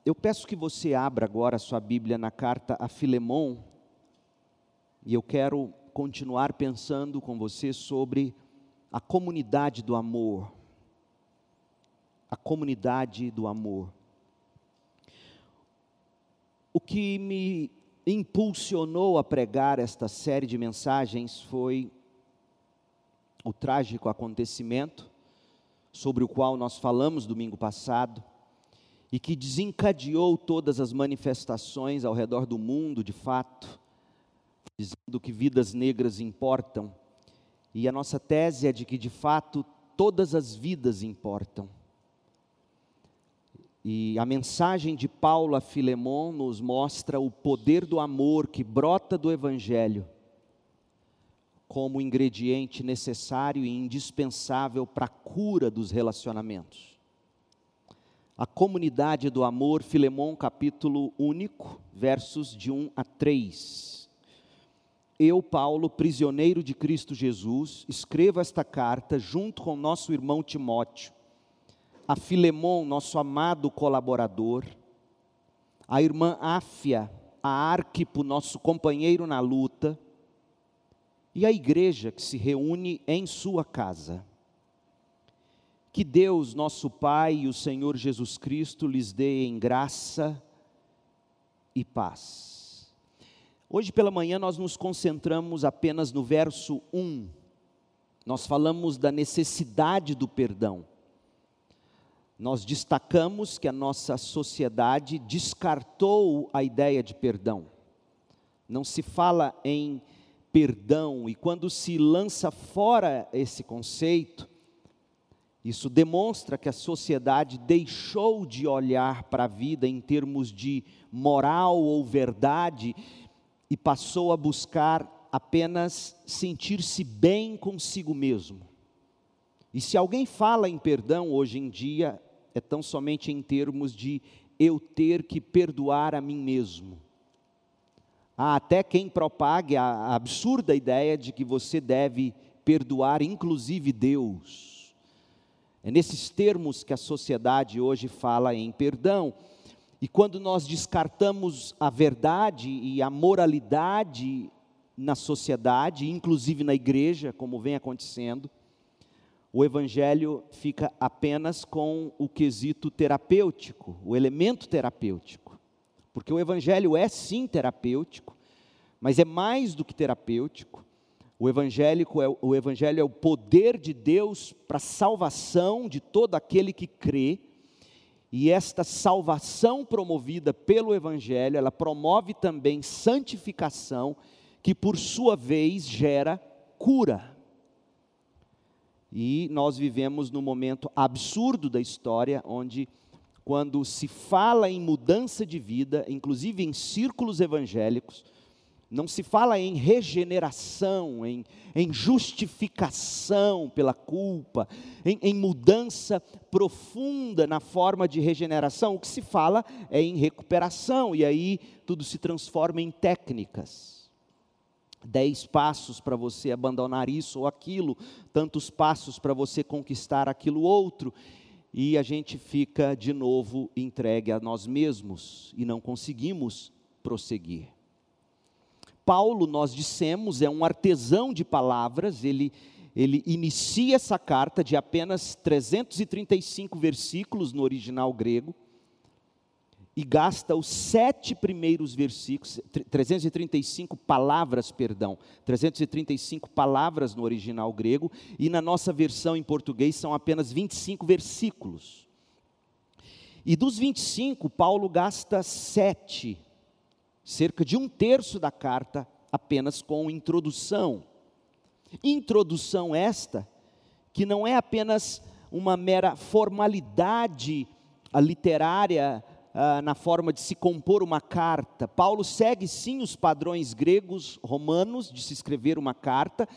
Eu peço que você abra agora a sua Bíblia na carta a Filemon, e eu quero continuar pensando com você sobre a comunidade do amor. A comunidade do amor. O que me impulsionou a pregar esta série de mensagens foi o trágico acontecimento sobre o qual nós falamos domingo passado, e que desencadeou todas as manifestações ao redor do mundo, de fato, dizendo que vidas negras importam, e a nossa tese é de que, de fato, todas as vidas importam. E a mensagem de Paulo a Filemon nos mostra o poder do amor que brota do Evangelho, como ingrediente necessário e indispensável para a cura dos relacionamentos. A comunidade do amor, Filemon, capítulo único, versos de 1 a 3. Eu, Paulo, prisioneiro de Cristo Jesus, escrevo esta carta junto com nosso irmão Timóteo, a Filemon, nosso amado colaborador, a irmã Áfia, a Arquipo, nosso companheiro na luta, e a igreja que se reúne em sua casa. Que Deus, nosso Pai e o Senhor Jesus Cristo lhes dê em graça e paz. Hoje pela manhã nós nos concentramos apenas no verso 1. Nós falamos da necessidade do perdão. Nós destacamos que a nossa sociedade descartou a ideia de perdão. Não se fala em perdão, e quando se lança fora esse conceito, isso demonstra que a sociedade deixou de olhar para a vida em termos de moral ou verdade e passou a buscar apenas sentir-se bem consigo mesmo. E se alguém fala em perdão hoje em dia, é tão somente em termos de eu ter que perdoar a mim mesmo. Há até quem propague a absurda ideia de que você deve perdoar inclusive Deus. É nesses termos que a sociedade hoje fala em perdão. E quando nós descartamos a verdade e a moralidade na sociedade, inclusive na igreja, como vem acontecendo, o Evangelho fica apenas com o quesito terapêutico, o elemento terapêutico. Porque o Evangelho é sim terapêutico, mas é mais do que terapêutico. O Evangelho é o poder de Deus para a salvação de todo aquele que crê, e esta salvação promovida pelo Evangelho, ela promove também santificação, que por sua vez gera cura. E nós vivemos num momento absurdo da história, onde quando se fala em mudança de vida, inclusive em círculos evangélicos, não se fala em regeneração, em justificação pela culpa, em mudança profunda na forma de regeneração. O que se fala é em recuperação, e aí tudo se transforma em técnicas. 10 passos para você abandonar isso ou aquilo, tantos passos para você conquistar aquilo outro, e a gente fica de novo entregue a nós mesmos, e não conseguimos prosseguir. Paulo, nós dissemos, é um artesão de palavras. Ele inicia essa carta de apenas 335 versículos no original grego, e gasta os 7 primeiros versículos, 335 palavras, 335 palavras no original grego, e na nossa versão em português são apenas 25 versículos. E dos 25, Paulo gasta 7, cerca de 1/3 da carta, apenas com introdução. Introdução esta, que não é apenas uma mera formalidade literária, na forma de se compor uma carta. Paulo segue sim os padrões gregos, romanos, de se escrever uma carta,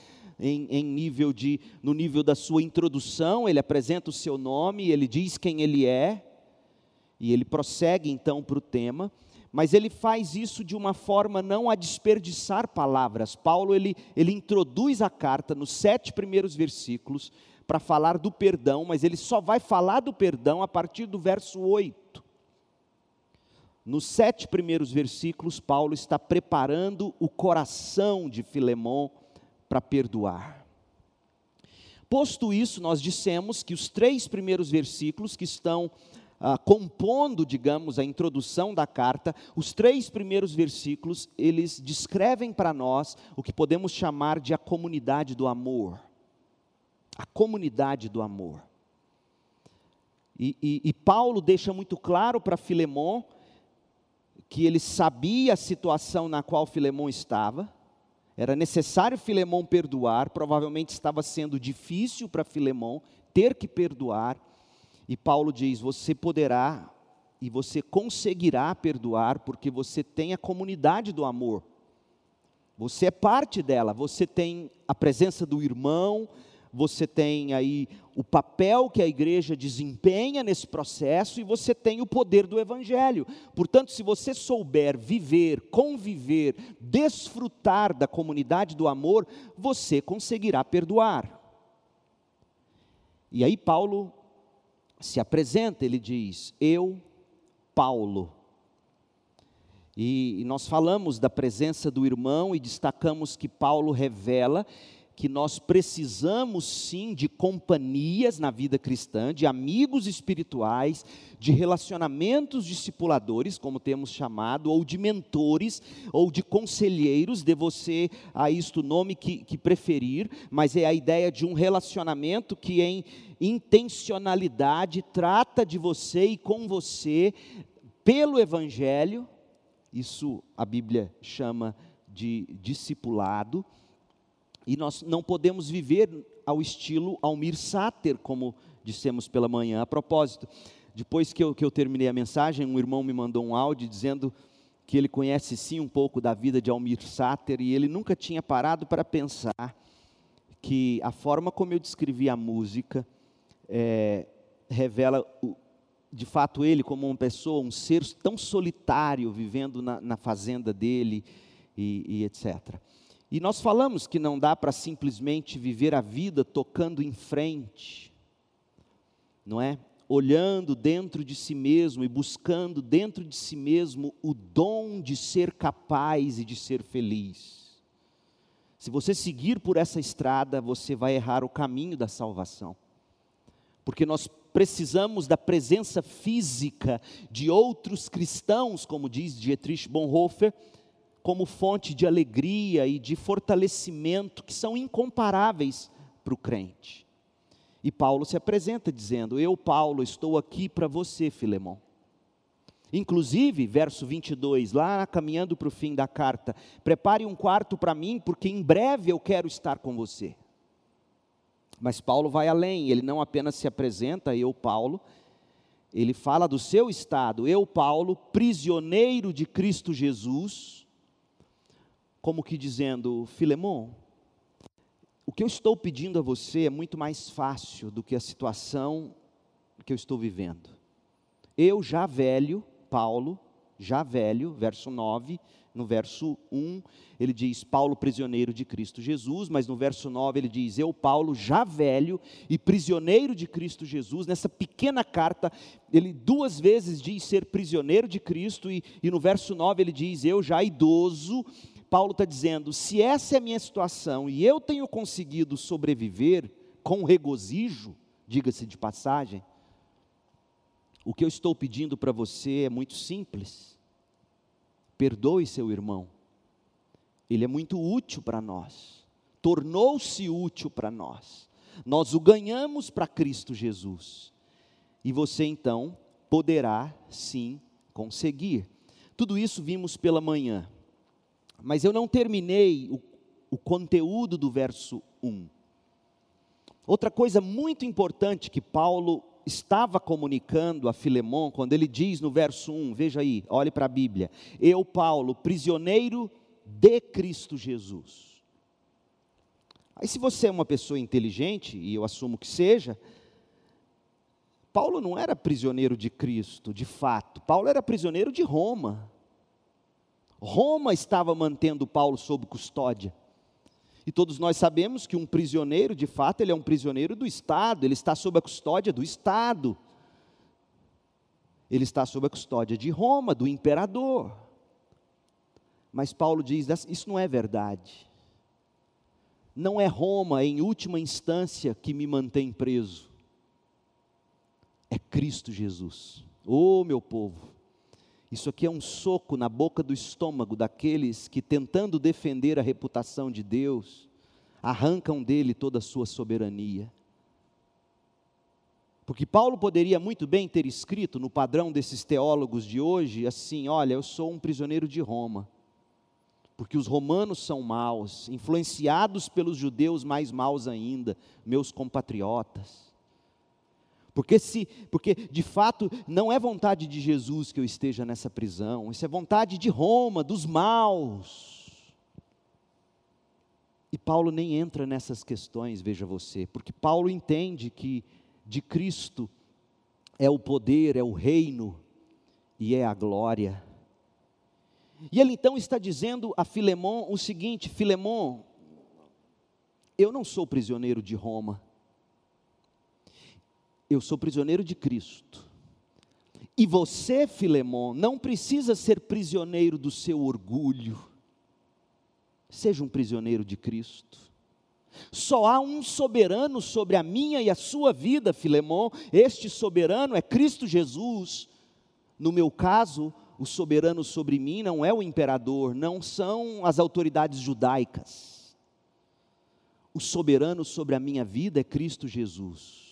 no nível da sua introdução. Ele apresenta o seu nome, ele diz quem ele é, e ele prossegue então para o tema. Mas ele faz isso de uma forma não a desperdiçar palavras. Paulo, ele introduz a carta nos 7 primeiros versículos para falar do perdão, mas ele só vai falar do perdão a partir do verso 8. Nos 7 primeiros versículos, Paulo está preparando o coração de Filemon para perdoar. Posto isso, nós dissemos que os 3 primeiros versículos que estão compondo, digamos, a introdução da carta, os 3 primeiros versículos, eles descrevem para nós o que podemos chamar de a comunidade do amor. A comunidade do amor. E Paulo deixa muito claro para Filemon que ele sabia a situação na qual Filemon estava. Era necessário Filemon perdoar, provavelmente estava sendo difícil para Filemon ter que perdoar. E Paulo diz: você poderá e você conseguirá perdoar, porque você tem a comunidade do amor. Você é parte dela, você tem a presença do irmão, você tem aí o papel que a igreja desempenha nesse processo e você tem o poder do evangelho. Portanto, se você souber viver, conviver, desfrutar da comunidade do amor, você conseguirá perdoar. E aí Paulo se apresenta, ele diz: eu, Paulo. E nós falamos da presença do irmão e destacamos que Paulo revela que nós precisamos sim de companhias na vida cristã, de amigos espirituais, de relacionamentos discipuladores, como temos chamado, ou de mentores, ou de conselheiros, dê você a isto o nome que preferir, mas é a ideia de um relacionamento que em intencionalidade trata de você e com você, pelo Evangelho. Isso a Bíblia chama de discipulado. E nós não podemos viver ao estilo Almir Sater, como dissemos pela manhã. A propósito, depois que eu terminei a mensagem, um irmão me mandou um áudio dizendo que ele conhece sim um pouco da vida de Almir Sater, e ele nunca tinha parado para pensar que a forma como eu descrevi a música revela, de fato, ele como uma pessoa, um ser tão solitário, vivendo na fazenda dele e etc. E nós falamos que não dá para simplesmente viver a vida tocando em frente, não é? Olhando dentro de si mesmo e buscando dentro de si mesmo o dom de ser capaz e de ser feliz. Se você seguir por essa estrada, você vai errar o caminho da salvação. Porque nós precisamos da presença física de outros cristãos, como diz Dietrich Bonhoeffer, como fonte de alegria e de fortalecimento que são incomparáveis para o crente. E Paulo se apresenta dizendo: eu, Paulo, estou aqui para você, Filemon. Inclusive, verso 22, lá caminhando para o fim da carta: prepare um quarto para mim, porque em breve eu quero estar com você. Mas Paulo vai além, ele não apenas se apresenta, eu, Paulo, ele fala do seu estado: eu, Paulo, prisioneiro de Cristo Jesus, como que dizendo: Filemon, o que eu estou pedindo a você é muito mais fácil do que a situação que eu estou vivendo. Eu já velho, Paulo, já velho, verso 9, no verso 1, ele diz: Paulo, prisioneiro de Cristo Jesus, mas no verso 9 ele diz: eu, Paulo, já velho e prisioneiro de Cristo Jesus. Nessa pequena carta, ele 2 vezes diz ser prisioneiro de Cristo, e no verso 9 ele diz: eu já idoso. Paulo está dizendo: se essa é a minha situação e eu tenho conseguido sobreviver com regozijo, diga-se de passagem, o que eu estou pedindo para você é muito simples: perdoe seu irmão. Ele é muito útil para nós, tornou-se útil para nós, nós o ganhamos para Cristo Jesus, e você então poderá sim conseguir. Tudo isso vimos pela manhã. Mas eu não terminei o conteúdo do verso 1. Outra coisa muito importante que Paulo estava comunicando a Filemon, quando ele diz no verso 1, veja aí, olhe para a Bíblia: eu, Paulo, prisioneiro de Cristo Jesus. Aí, se você é uma pessoa inteligente, e eu assumo que seja, Paulo não era prisioneiro de Cristo, de fato. Paulo era prisioneiro de Roma. Roma estava mantendo Paulo sob custódia. E todos nós sabemos que um prisioneiro, de fato, ele é um prisioneiro do Estado, ele está sob a custódia do Estado. Ele está sob a custódia de Roma, do imperador. Mas Paulo diz, isso não é verdade. Não é Roma, em última instância, que me mantém preso. É Cristo Jesus. Oh, meu povo, isso aqui é um soco na boca do estômago daqueles que, tentando defender a reputação de Deus, arrancam dele toda a sua soberania. Porque Paulo poderia muito bem ter escrito, no padrão desses teólogos de hoje, assim: olha, eu sou um prisioneiro de Roma, porque os romanos são maus, influenciados pelos judeus mais maus ainda, meus compatriotas. Porque de fato não é vontade de Jesus que eu esteja nessa prisão, isso é vontade de Roma, dos maus. E Paulo nem entra nessas questões, veja você, porque Paulo entende que de Cristo é o poder, é o reino e é a glória. E ele então está dizendo a Filemon o seguinte: Filemon, eu não sou prisioneiro de Roma, eu sou prisioneiro de Cristo. E você, Filemon, não precisa ser prisioneiro do seu orgulho, seja um prisioneiro de Cristo. Só há um soberano sobre a minha e a sua vida, Filemon. Este soberano é Cristo Jesus. No meu caso, o soberano sobre mim não é o imperador, não são as autoridades judaicas. O soberano sobre a minha vida é Cristo Jesus.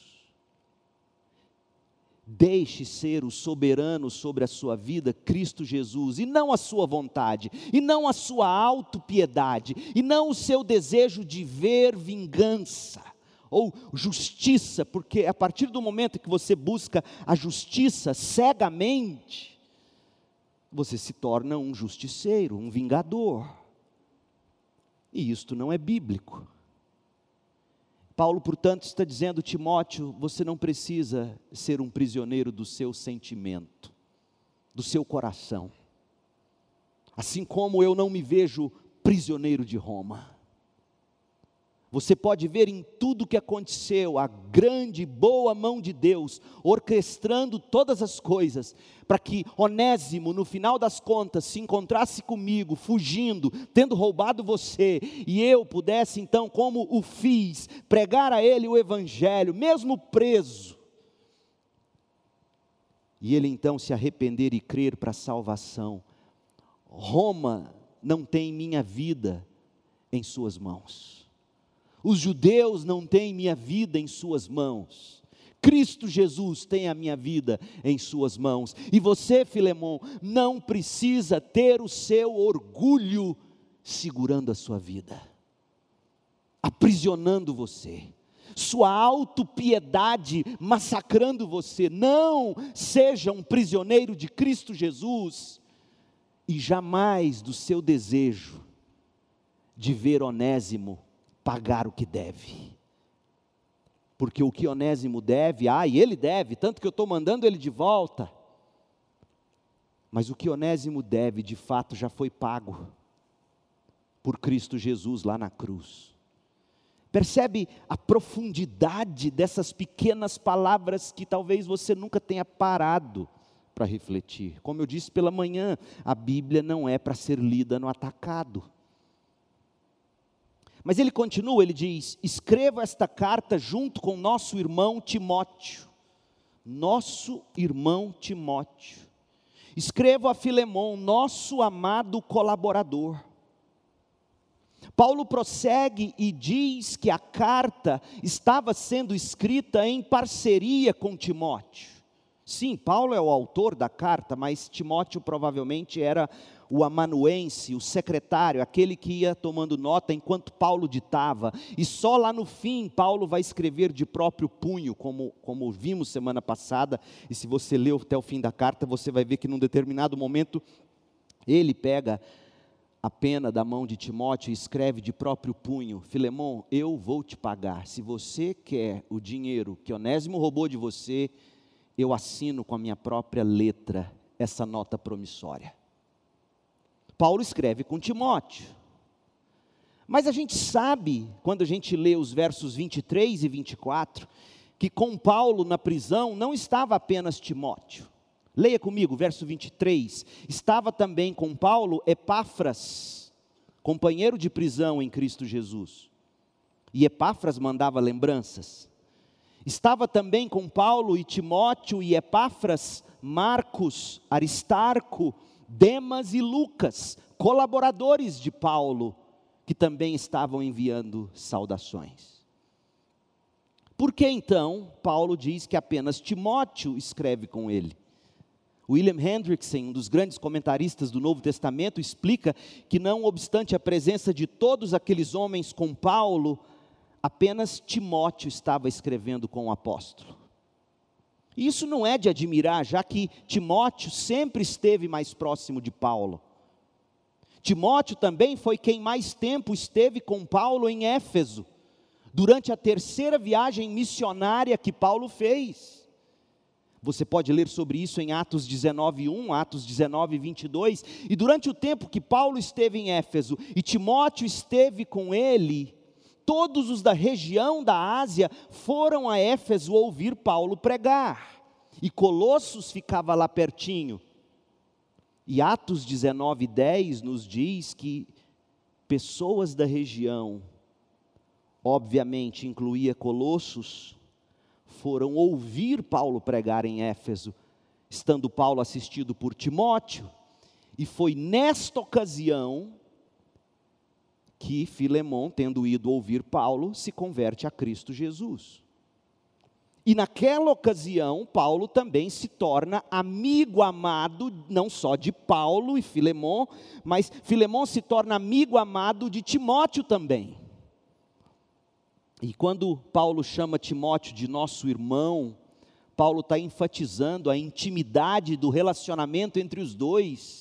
Deixe ser o soberano sobre a sua vida Cristo Jesus, e não a sua vontade, e não a sua autopiedade, e não o seu desejo de ver vingança, ou justiça, porque a partir do momento que você busca a justiça cegamente, você se torna um justiceiro, um vingador, e isto não é bíblico. Paulo, portanto, está dizendo: Timóteo, você não precisa ser um prisioneiro do seu sentimento, do seu coração. Assim como eu não me vejo prisioneiro de Roma. Você pode ver em tudo o que aconteceu a grande e boa mão de Deus, orquestrando todas as coisas, para que Onésimo, no final das contas, se encontrasse comigo, fugindo, tendo roubado você, e eu pudesse então, como o fiz, pregar a ele o Evangelho, mesmo preso, e ele então se arrepender e crer para a salvação. Roma não tem minha vida em suas mãos. Os judeus não têm minha vida em suas mãos. Cristo Jesus tem a minha vida em suas mãos. E você, Filemon, não precisa ter o seu orgulho segurando a sua vida, aprisionando você, sua autopiedade massacrando você. Não seja um prisioneiro de Cristo Jesus, e jamais do seu desejo de ver Onésimo pagar o que deve, porque o que Onésimo deve, e ele deve, tanto que eu estou mandando ele de volta, mas o que Onésimo deve, de fato, já foi pago, por Cristo Jesus lá na cruz. Percebe a profundidade dessas pequenas palavras, que talvez você nunca tenha parado para refletir. Como eu disse pela manhã, a Bíblia não é para ser lida no atacado. Mas ele continua, ele diz: escreva esta carta junto com nosso irmão Timóteo. Nosso irmão Timóteo. Escreva a Filemon, nosso amado colaborador. Paulo prossegue e diz que a carta estava sendo escrita em parceria com Timóteo. Sim, Paulo é o autor da carta, mas Timóteo provavelmente era o amanuense, o secretário, aquele que ia tomando nota enquanto Paulo ditava, e só lá no fim Paulo vai escrever de próprio punho, como vimos semana passada, e se você leu até o fim da carta, você vai ver que num determinado momento, ele pega a pena da mão de Timóteo e escreve de próprio punho: Filemon, eu vou te pagar, se você quer o dinheiro que Onésimo roubou de você, eu assino com a minha própria letra essa nota promissória. Paulo escreve com Timóteo, mas a gente sabe, quando a gente lê os versos 23 e 24, que com Paulo na prisão não estava apenas Timóteo, Leia comigo, verso 23. Estava também com Paulo Epáfras, companheiro de prisão em Cristo Jesus. E Epáfras mandava lembranças. Estava também com Paulo e Timóteo e Epáfras, Marcos, Aristarco, Demas e Lucas, colaboradores de Paulo, que também estavam enviando saudações. Por que então Paulo diz que apenas Timóteo escreve com ele? William Hendrickson, um dos grandes comentaristas do Novo Testamento, explica que não obstante a presença de todos aqueles homens com Paulo, apenas Timóteo estava escrevendo com o apóstolo. Isso não é de admirar, já que Timóteo sempre esteve mais próximo de Paulo. Timóteo também foi quem mais tempo esteve com Paulo em Éfeso, durante a terceira viagem missionária que Paulo fez. Você pode ler sobre isso em Atos 19:1, Atos 19:22. E durante o tempo que Paulo esteve em Éfeso e Timóteo esteve com ele, todos os da região da Ásia foram a Éfeso ouvir Paulo pregar. E Colossos ficava lá pertinho. E Atos 19:10 nos diz que pessoas da região, obviamente incluía Colossos, foram ouvir Paulo pregar em Éfeso, estando Paulo assistido por Timóteo. E foi nesta ocasião que Filemon, tendo ido ouvir Paulo, se converte a Cristo Jesus. E naquela ocasião, Paulo também se torna amigo amado, não só de Paulo e Filemon, mas Filemon se torna amigo amado de Timóteo também. E quando Paulo chama Timóteo de nosso irmão, Paulo está enfatizando a intimidade do relacionamento entre os dois.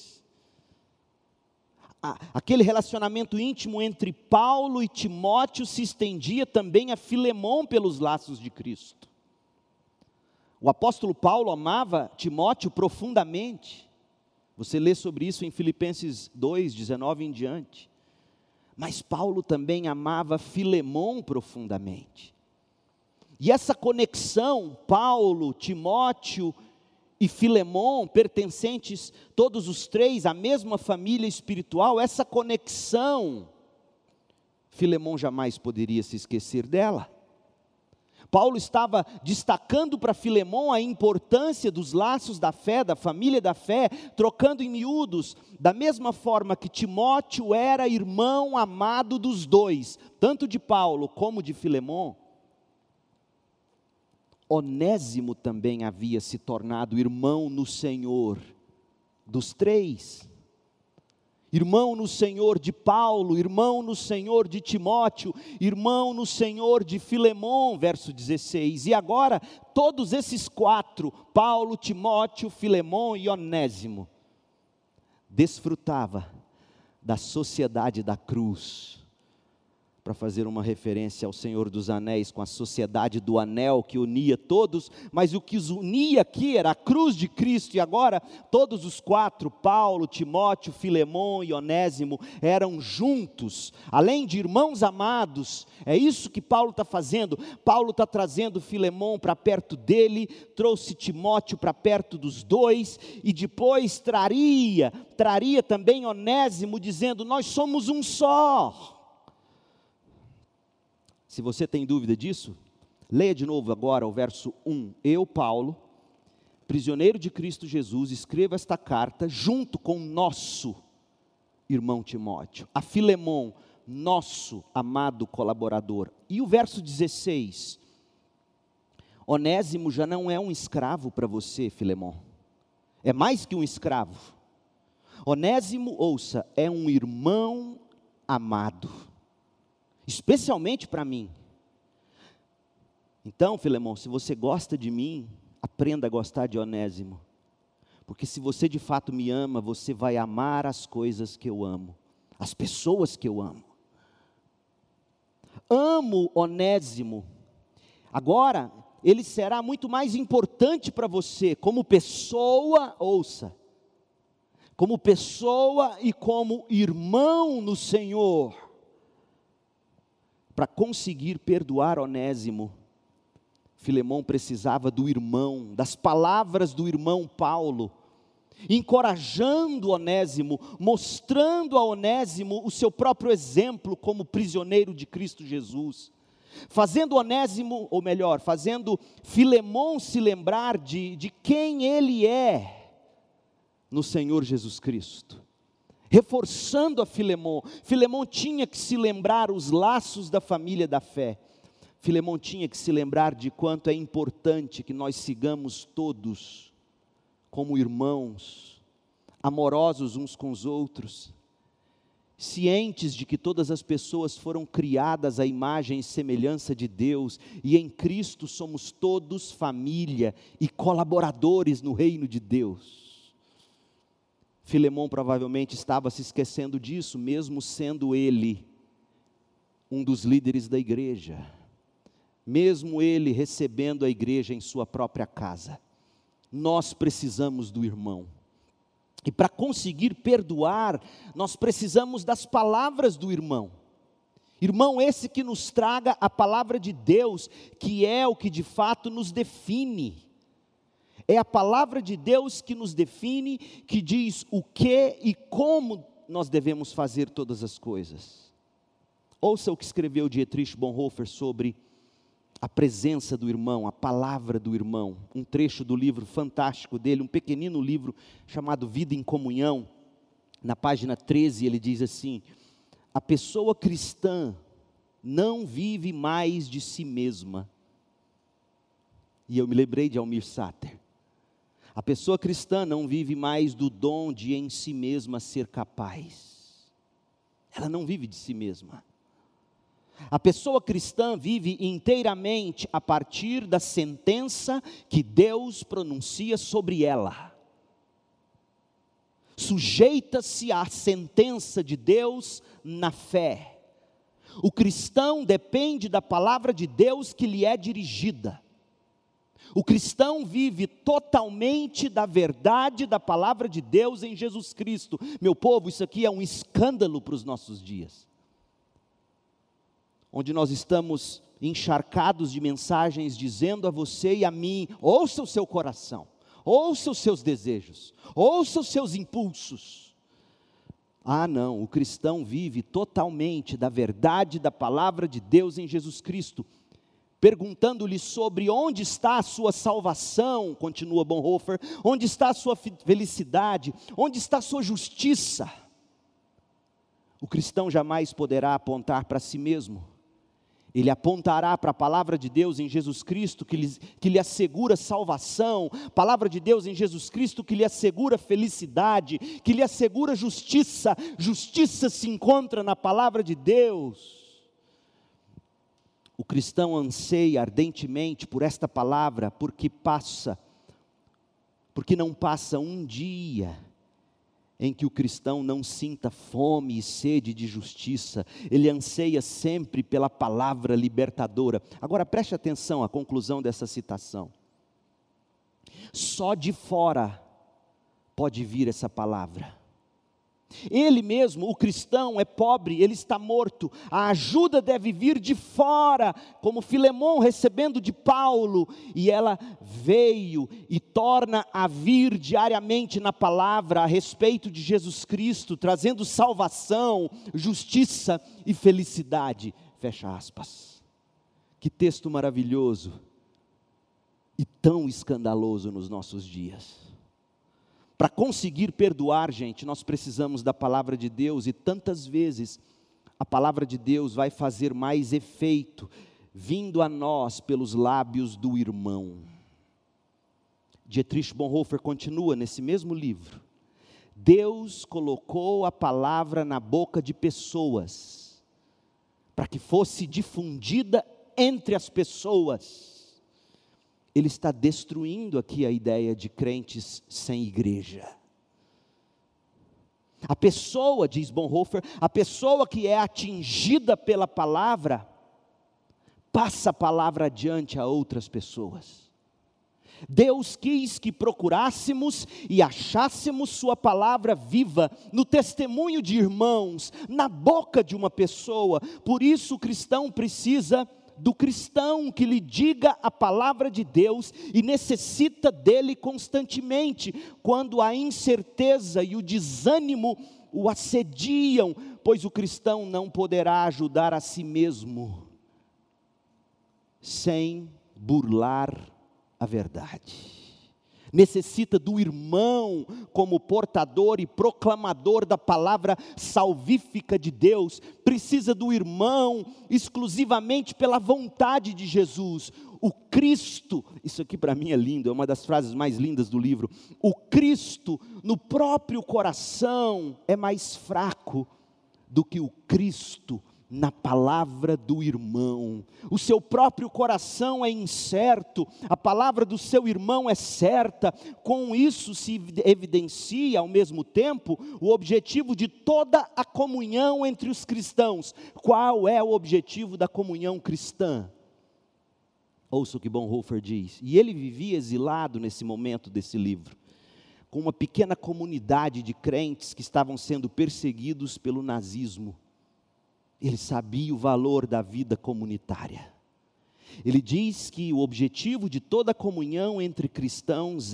Aquele relacionamento íntimo entre Paulo e Timóteo se estendia também a Filemon pelos laços de Cristo. O apóstolo Paulo amava Timóteo profundamente. Você lê sobre isso em Filipenses 2:19 em diante. Mas Paulo também amava Filemon profundamente. E essa conexão, Paulo, Timóteo e Filemon, pertencentes todos os três à mesma família espiritual, essa conexão, Filemon jamais poderia se esquecer dela. Paulo estava destacando para Filemon a importância dos laços da fé, da família da fé, trocando em miúdos, da mesma forma que Timóteo era irmão amado dos dois, tanto de Paulo como de Filemon. Onésimo também havia se tornado irmão no Senhor dos três. Irmão no Senhor de Paulo, irmão no Senhor de Timóteo, irmão no Senhor de Filemon, verso 16. E agora, todos esses quatro, Paulo, Timóteo, Filemon e Onésimo, desfrutava da sociedade da cruz, para fazer uma referência ao Senhor dos Anéis, com a sociedade do anel que unia todos, mas o que os unia aqui era a cruz de Cristo. E agora todos os quatro, Paulo, Timóteo, Filemon e Onésimo, eram juntos, além de irmãos amados. É isso que Paulo está fazendo. Paulo está trazendo Filemon para perto dele, trouxe Timóteo para perto dos dois, e depois traria também Onésimo, dizendo: nós somos um só. Se você tem dúvida disso, leia de novo agora o verso 1. Eu, Paulo, prisioneiro de Cristo Jesus, escrevo esta carta junto com nosso irmão Timóteo, a Filemon, nosso amado colaborador. E o verso 16, Onésimo já não é um escravo para você, Filemon, é mais que um escravo. Onésimo, ouça, é um irmão amado, especialmente para mim. Então, Filemon, se você gosta de mim, aprenda a gostar de Onésimo, porque se você de fato me ama, você vai amar as coisas que eu amo, as pessoas que eu amo. Amo Onésimo. Agora, ele será muito mais importante para você, como pessoa, ouça, como pessoa e como irmão no Senhor. Para conseguir perdoar Onésimo, Filemão precisava do irmão, das palavras do irmão Paulo, encorajando Onésimo, mostrando a Onésimo o seu próprio exemplo como prisioneiro de Cristo Jesus, fazendo Onésimo, ou melhor, fazendo Filemão se lembrar de quem ele é no Senhor Jesus Cristo, reforçando a Filemão. Filemão tinha que se lembrar os laços da família da fé. Filemão tinha que se lembrar de quanto é importante que nós sigamos todos como irmãos, amorosos uns com os outros, cientes de que todas as pessoas foram criadas à imagem e semelhança de Deus, e em Cristo somos todos família e colaboradores no reino de Deus. Filemão provavelmente estava se esquecendo disso, mesmo sendo ele um dos líderes da igreja, mesmo ele recebendo a igreja em sua própria casa. Nós precisamos do irmão, e para conseguir perdoar, nós precisamos das palavras do irmão. Irmão esse que nos traga a palavra de Deus, que é o que de fato nos define. É a palavra de Deus que nos define, que diz o que e como nós devemos fazer todas as coisas. Ouça o que escreveu Dietrich Bonhoeffer sobre a presença do irmão, a palavra do irmão, um trecho do livro fantástico dele, um pequenino livro chamado Vida em Comunhão. Na página 13 ele diz assim: a pessoa cristã não vive mais de si mesma. E eu me lembrei de Almir Sater. A pessoa cristã não vive mais do dom de em si mesma ser capaz. Ela não vive de si mesma. A pessoa cristã vive inteiramente a partir da sentença que Deus pronuncia sobre ela. Sujeita-se à sentença de Deus na fé. O cristão depende da palavra de Deus que lhe é dirigida. O cristão vive totalmente da verdade da palavra de Deus em Jesus Cristo. Meu povo, isso aqui é um escândalo para os nossos dias, onde nós estamos encharcados de mensagens dizendo a você e a mim: ouça o seu coração, ouça os seus desejos, ouça os seus impulsos. Ah não, o cristão vive totalmente da verdade da palavra de Deus em Jesus Cristo. Perguntando-lhe sobre onde está a sua salvação, continua Bonhoeffer, onde está a sua felicidade, onde está a sua justiça. O cristão jamais poderá apontar para si mesmo. Ele apontará para a palavra de Deus em Jesus Cristo, que lhe assegura salvação, palavra de Deus em Jesus Cristo que lhe assegura felicidade, que lhe assegura justiça. Justiça se encontra na palavra de Deus. O cristão anseia ardentemente por esta palavra, porque não passa um dia em que o cristão não sinta fome e sede de justiça. Ele anseia sempre pela palavra libertadora. Agora preste atenção à conclusão dessa citação. Só de fora pode vir essa palavra. Ele mesmo, o cristão, é pobre, ele está morto. A ajuda deve vir de fora, como Filemão recebendo de Paulo, e ela veio e torna a vir diariamente na palavra a respeito de Jesus Cristo, trazendo salvação, justiça e felicidade. Fecha aspas. Que texto maravilhoso e tão escandaloso nos nossos dias. Para conseguir perdoar, gente, nós precisamos da palavra de Deus, e tantas vezes a palavra de Deus vai fazer mais efeito vindo a nós pelos lábios do irmão. Dietrich Bonhoeffer continua nesse mesmo livro: Deus colocou a palavra na boca de pessoas, para que fosse difundida entre as pessoas. Ele está destruindo aqui a ideia de crentes sem igreja. A pessoa, diz Bonhoeffer, a pessoa que é atingida pela palavra, passa a palavra adiante a outras pessoas. Deus quis que procurássemos e achássemos sua palavra viva, no testemunho de irmãos, na boca de uma pessoa. Por isso o cristão precisa do cristão que lhe diga a palavra de Deus e necessita dele constantemente, quando a incerteza e o desânimo o assediam, pois o cristão não poderá ajudar a si mesmo sem burlar a verdade. Necessita do irmão como portador e proclamador da palavra salvífica de Deus, precisa do irmão exclusivamente pela vontade de Jesus. O Cristo, isso aqui para mim é lindo, é uma das frases mais lindas do livro. O Cristo no próprio coração é mais fraco do que o Cristo na palavra do irmão. O seu próprio coração é incerto, a palavra do seu irmão é certa. Com isso se evidencia ao mesmo tempo o objetivo de toda a comunhão entre os cristãos. Qual é o objetivo da comunhão cristã? Ouça o que Bonhoeffer diz, e ele vivia exilado nesse momento desse livro, com uma pequena comunidade de crentes que estavam sendo perseguidos pelo nazismo. Ele sabia o valor da vida comunitária. Ele diz que o objetivo de toda a comunhão entre cristãos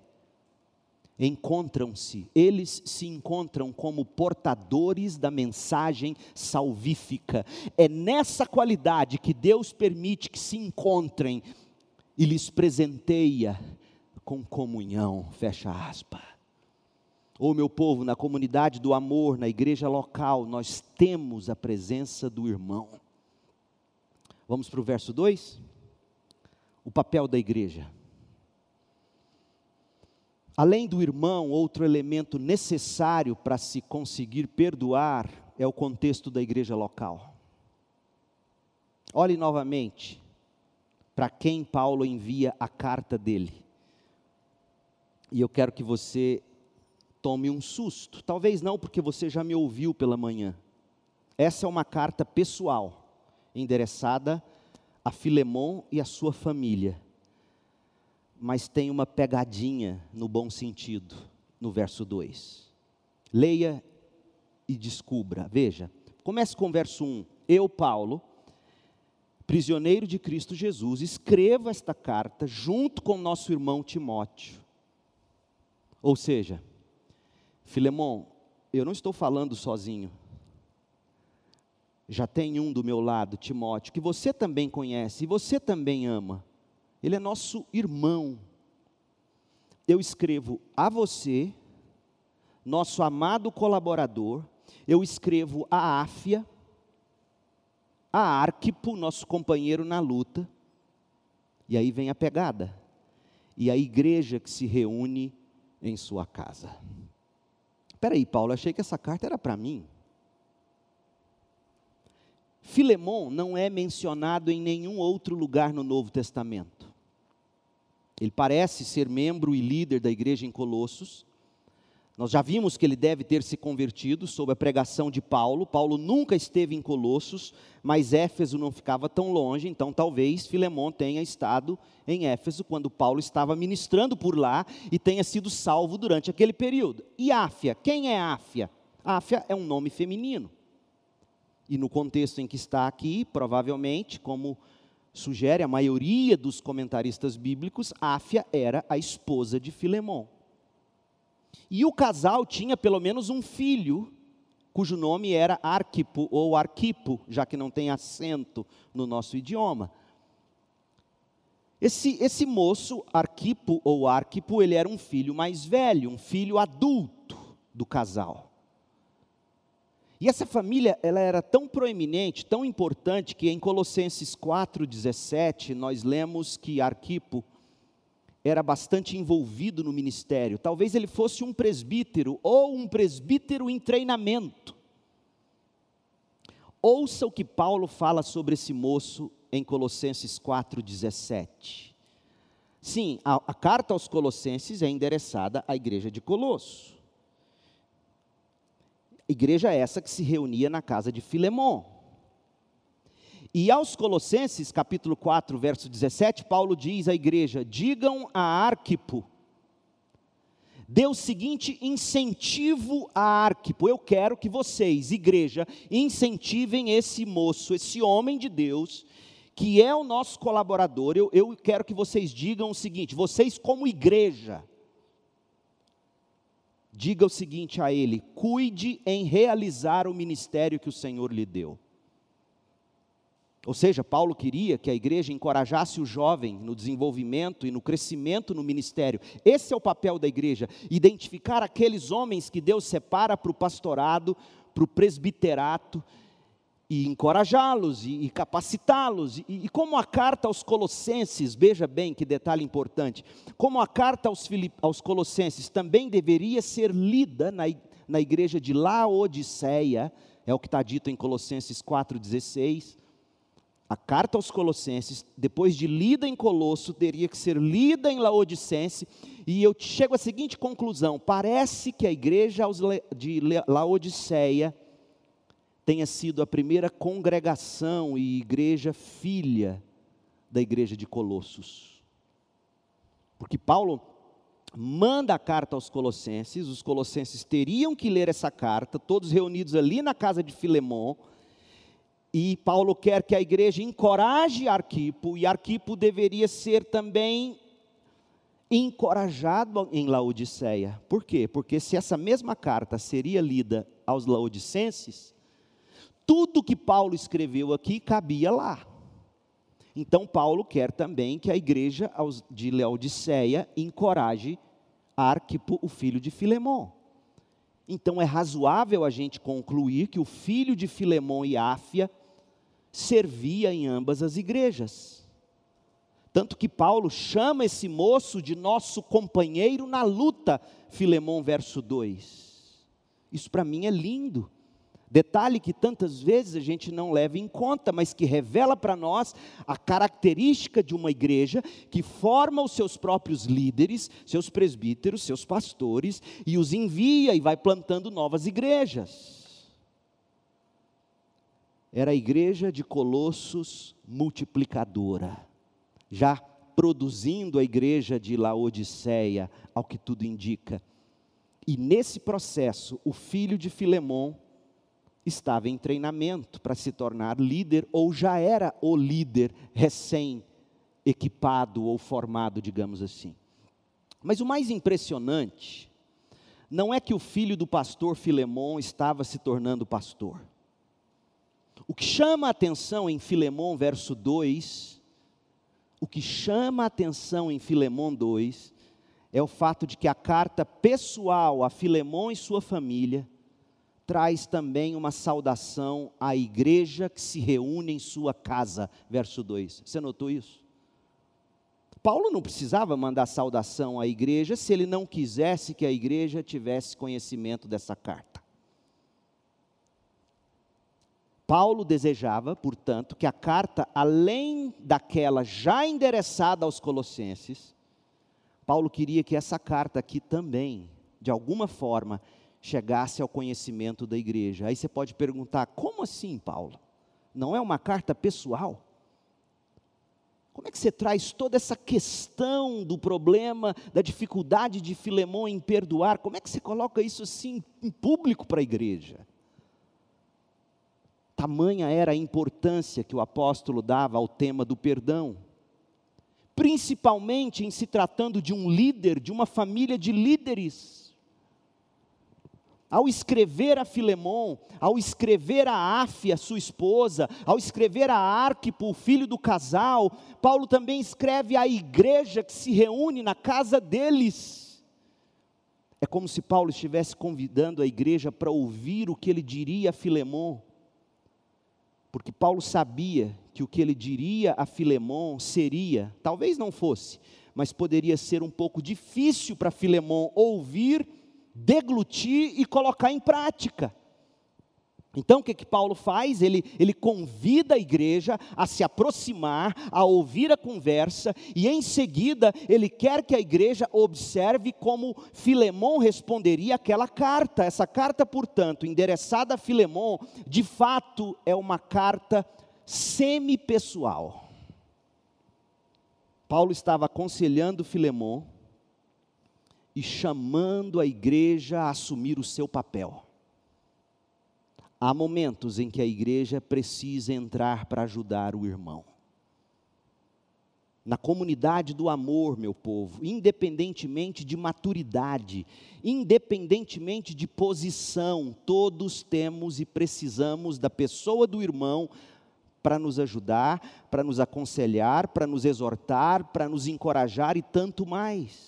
eles se encontram como portadores da mensagem salvífica. É nessa qualidade que Deus permite que se encontrem e lhes presenteia com comunhão, fecha aspas. Ô meu povo, na comunidade do amor, na igreja local, nós temos a presença do irmão. Vamos para o verso 2? O papel da igreja. Além do irmão, outro elemento necessário para se conseguir perdoar é o contexto da igreja local. Olhe novamente para quem Paulo envia a carta dele. E eu quero que você tome um susto, talvez não, porque você já me ouviu pela manhã. Essa é uma carta pessoal, endereçada a Filemon e a sua família, mas tem uma pegadinha no bom sentido, no verso 2. Leia e descubra, veja, comece com o verso 1. Eu, Paulo, prisioneiro de Cristo Jesus, escrevo esta carta junto com nosso irmão Timóteo. Ou seja, Filemon, eu não estou falando sozinho, já tem um do meu lado, Timóteo, que você também conhece, e você também ama, ele é nosso irmão. Eu escrevo a você, nosso amado colaborador, eu escrevo a Áfia, a Arquipo, nosso companheiro na luta, e aí vem a pegada, e a igreja que se reúne em sua casa. Espera aí, Paulo, achei que essa carta era para mim. Filemon não é mencionado em nenhum outro lugar no Novo Testamento. Ele parece ser membro e líder da igreja em Colossos. Nós já vimos que ele deve ter se convertido sob a pregação de Paulo. Paulo nunca esteve em Colossos, mas Éfeso não ficava tão longe, então talvez Filemon tenha estado em Éfeso quando Paulo estava ministrando por lá e tenha sido salvo durante aquele período. E Áfia, quem é Áfia? Áfia é um nome feminino. E no contexto em que está aqui, provavelmente, como sugere a maioria dos comentaristas bíblicos, Áfia era a esposa de Filemon. E o casal tinha pelo menos um filho, cujo nome era Arquipo ou Arquipo, já que não tem acento no nosso idioma. Esse moço, Arquipo ou Arquipo, ele era um filho mais velho, um filho adulto do casal. E essa família, ela era tão proeminente, tão importante, que em Colossenses 4,17, nós lemos que Arquipo era bastante envolvido no ministério. Talvez ele fosse um presbítero, ou um presbítero em treinamento. Ouça o que Paulo fala sobre esse moço em Colossenses 4,17. Sim, a carta aos Colossenses é endereçada à igreja de Colosso. Igreja essa que se reunia na casa de Filemon. E aos Colossenses, capítulo 4, verso 17, Paulo diz à igreja: digam a Arquipo, dê o seguinte incentivo a Arquipo. Eu quero que vocês, igreja, incentivem esse moço, esse homem de Deus, que é o nosso colaborador, eu quero que vocês digam o seguinte: vocês como igreja, diga o seguinte a ele: cuide em realizar o ministério que o Senhor lhe deu. Ou seja, Paulo queria que a igreja encorajasse o jovem no desenvolvimento e no crescimento no ministério. Esse é o papel da igreja: identificar aqueles homens que Deus separa para o pastorado, para o presbiterato, e encorajá-los e capacitá-los. E como a carta aos Colossenses, veja bem que detalhe importante, como a carta aos Colossenses também deveria ser lida na igreja de Laodiceia, é o que está dito em Colossenses 4,16, a carta aos Colossenses, depois de lida em Colosso, teria que ser lida em Laodicense, e eu chego à seguinte conclusão: parece que a igreja de Laodiceia tenha sido a primeira congregação e igreja filha da igreja de Colossos. Porque Paulo manda a carta aos Colossenses, os colossenses teriam que ler essa carta, todos reunidos ali na casa de Filemon, e Paulo quer que a igreja encoraje Arquipo, e Arquipo deveria ser também encorajado em Laodiceia. Por quê? Porque se essa mesma carta seria lida aos laodicenses, tudo que Paulo escreveu aqui cabia lá. Então Paulo quer também que a igreja de Laodiceia encoraje Arquipo, o filho de Filemon. Então é razoável a gente concluir que o filho de Filemon e Áfia servia em ambas as igrejas. Tanto que Paulo chama esse moço de nosso companheiro na luta, Filemon verso 2. Isso para mim é lindo. Detalhe que tantas vezes a gente não leva em conta, mas que revela para nós a característica de uma igreja que forma os seus próprios líderes, seus presbíteros, seus pastores, e os envia e vai plantando novas igrejas. Era a igreja de Colossos multiplicadora, já produzindo a igreja de Laodiceia, ao que tudo indica. E nesse processo, o filho de Filemon estava em treinamento para se tornar líder, ou já era o líder recém-equipado ou formado, digamos assim. Mas o mais impressionante não é que o filho do pastor Filemon estava se tornando pastor. O que chama a atenção em Filemon verso 2, o que chama a atenção em Filemon 2, é o fato de que a carta pessoal a Filemon e sua família traz também uma saudação à igreja que se reúne em sua casa, verso 2. Você notou isso? Paulo não precisava mandar saudação à igreja se ele não quisesse que a igreja tivesse conhecimento dessa carta. Paulo desejava, portanto, que a carta, além daquela já endereçada aos Colossenses, Paulo queria que essa carta aqui também, de alguma forma, chegasse ao conhecimento da igreja. Aí você pode perguntar: como assim, Paulo? Não é uma carta pessoal? Como é que você traz toda essa questão do problema, da dificuldade de Filemon em perdoar? Como é que você coloca isso assim em público para a igreja? Tamanha era a importância que o apóstolo dava ao tema do perdão, principalmente em se tratando de um líder, de uma família de líderes. Ao escrever a Filemon, ao escrever a Áfia, sua esposa, ao escrever a Arquipo, o filho do casal, Paulo também escreve à igreja que se reúne na casa deles. É como se Paulo estivesse convidando a igreja para ouvir o que ele diria a Filemon, porque Paulo sabia que o que ele diria a Filemon seria, talvez não fosse, mas poderia ser um pouco difícil para Filemon ouvir, deglutir e colocar em prática. Então o que Paulo faz? Ele convida a igreja a se aproximar, a ouvir a conversa, e em seguida ele quer que a igreja observe como Filemon responderia àquela carta. Essa carta, portanto, endereçada a Filemon, de fato é uma carta semi-pessoal. Paulo estava aconselhando Filemon e chamando a igreja a assumir o seu papel. Há momentos em que a igreja precisa entrar para ajudar o irmão. na comunidade do amor, meu povo, independentemente de maturidade, independentemente de posição, todos temos e precisamos da pessoa do irmão para nos ajudar, para nos aconselhar, para nos exortar, para nos encorajar e tanto mais.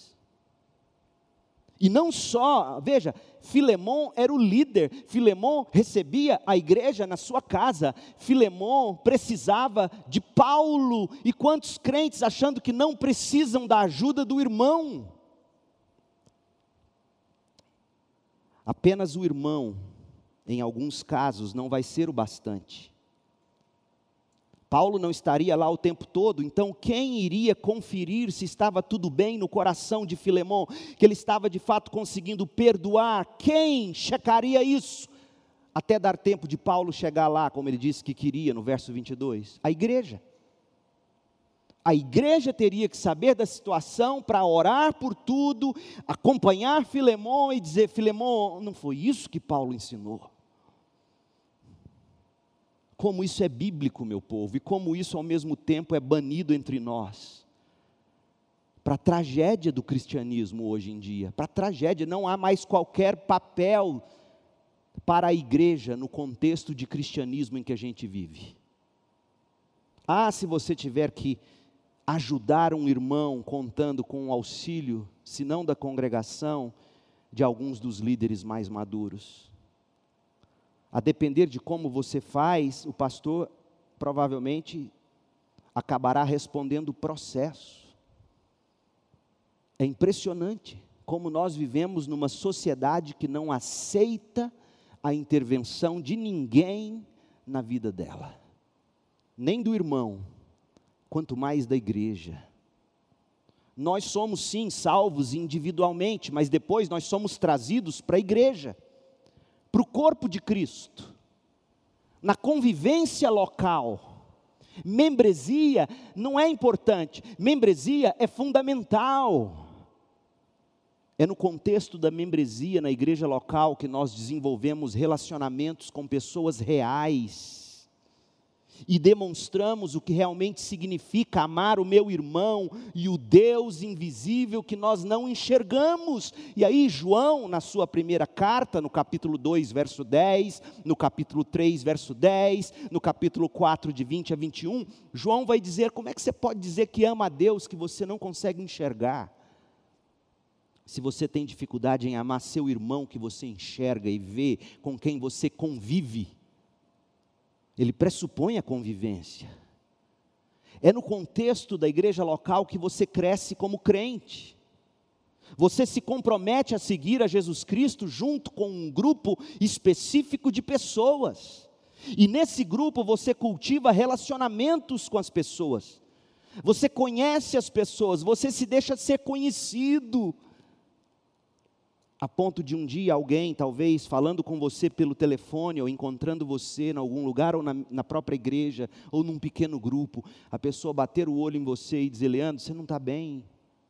E não só, veja, Filemon era o líder, Filemon recebia a igreja na sua casa, Filemon precisava de Paulo, e quantos crentes achando que não precisam da ajuda do irmão? Apenas o irmão, em alguns casos, não vai ser o bastante. Paulo não estaria lá o tempo todo, então quem iria conferir se estava tudo bem no coração de Filemon, que ele estava de fato conseguindo perdoar? Quem checaria isso? Até dar tempo de Paulo chegar lá, como ele disse que queria no verso 22. A igreja. A igreja teria que saber da situação para orar por tudo, acompanhar Filemon e dizer: Filemon, não foi isso que Paulo ensinou. Como isso é bíblico, meu povo, e como isso ao mesmo tempo é banido entre nós. Para a tragédia do cristianismo hoje em dia, para a tragédia, não há mais qualquer papel para a igreja no contexto de cristianismo em que a gente vive. Se você tiver que ajudar um irmão contando com o auxílio, se não da congregação, de alguns dos líderes mais maduros. A depender de como você faz, o pastor provavelmente acabará respondendo o processo. É impressionante como nós vivemos numa sociedade que não aceita a intervenção de ninguém na vida dela. Nem do irmão, quanto mais da igreja. Nós somos sim salvos individualmente, mas depois nós somos trazidos para a igreja. Para o corpo de Cristo, na convivência local. Membresia não é importante, membresia é fundamental. É no contexto da membresia na igreja local que nós desenvolvemos relacionamentos com pessoas reais. E demonstramos o que realmente significa amar o meu irmão e o Deus invisível que nós não enxergamos. E aí João, na sua primeira carta, no capítulo 2, verso 10, no capítulo 3, verso 10, no capítulo 4, de 20 a 21, João vai dizer: como é que você pode dizer que ama a Deus que você não consegue enxergar? Se você tem dificuldade em amar seu irmão que você enxerga e vê, com quem você convive, ele pressupõe a convivência. É no contexto da igreja local que você cresce como crente. Você se compromete a seguir a Jesus Cristo junto com um grupo específico de pessoas. E nesse grupo você cultiva relacionamentos com as pessoas. Você conhece as pessoas, você se deixa ser conhecido. A ponto de um dia alguém, talvez, falando com você pelo telefone, ou encontrando você em algum lugar, ou na própria igreja, ou num pequeno grupo, a pessoa bater o olho em você e dizer: Leandro, você não está bem?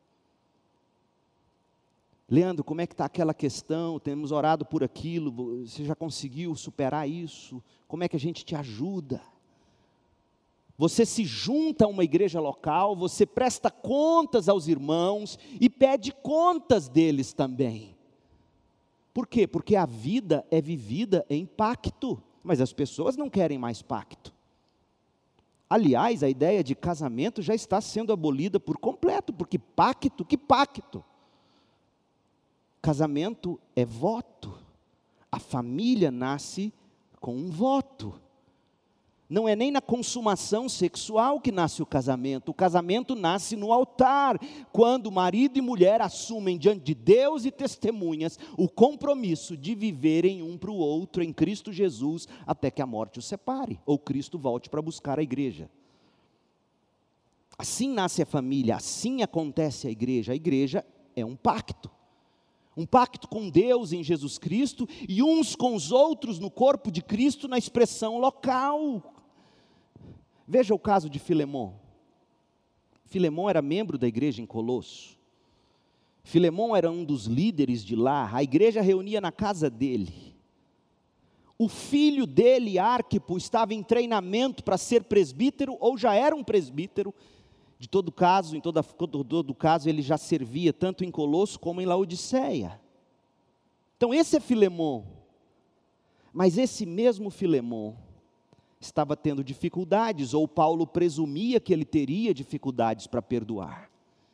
Leandro, como é que está aquela questão? Temos orado por aquilo, você já conseguiu superar isso? Como é que a gente te ajuda? Você se junta a uma igreja local, você presta contas aos irmãos e pede contas deles também. Por quê? Porque a vida é vivida em pacto, mas as pessoas não querem mais pacto. Aliás, a ideia de casamento já está sendo abolida por completo, porque pacto, que pacto? Casamento é voto, a família nasce com um voto. Não é nem na consumação sexual que nasce o casamento nasce no altar, quando marido e mulher assumem diante de Deus e testemunhas o compromisso de viverem um para o outro em Cristo Jesus, até que a morte os separe, ou Cristo volte para buscar a igreja. Assim nasce a família, assim acontece a igreja é um pacto com Deus em Jesus Cristo, e uns com os outros no corpo de Cristo na expressão local. Veja o caso de Filemon. Filemon era membro da igreja em Colosso. Filemon era um dos líderes de lá, a igreja reunia na casa dele. O filho dele, Arquipo, estava em treinamento para ser presbítero, ou já era um presbítero, Em todo caso, ele já servia tanto em Colosso como em Laodiceia. Então esse é Filemon. Mas esse mesmo Filemon estava tendo dificuldades, ou Paulo presumia que ele teria dificuldades para perdoar.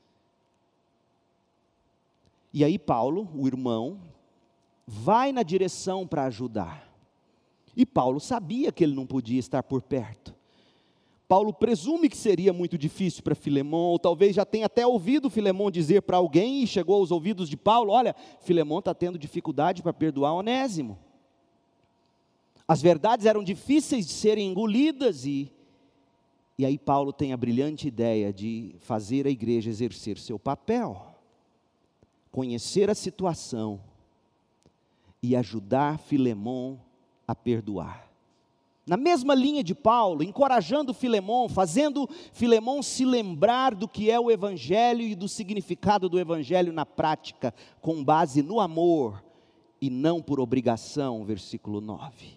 E aí Paulo, o irmão, vai na direção para ajudar. E Paulo sabia que ele não podia estar por perto. Paulo presume que seria muito difícil para Filemon, ou talvez já tenha até ouvido Filemon dizer para alguém, e chegou aos ouvidos de Paulo: olha, Filemon está tendo dificuldade para perdoar Onésimo. As verdades eram difíceis de serem engolidas, e aí Paulo tem a brilhante ideia de fazer a igreja exercer seu papel, conhecer a situação e ajudar Filemon a perdoar. Na mesma linha de Paulo, encorajando Filemon, fazendo Filemon se lembrar do que é o Evangelho e do significado do Evangelho na prática, com base no amor e não por obrigação, versículo 9.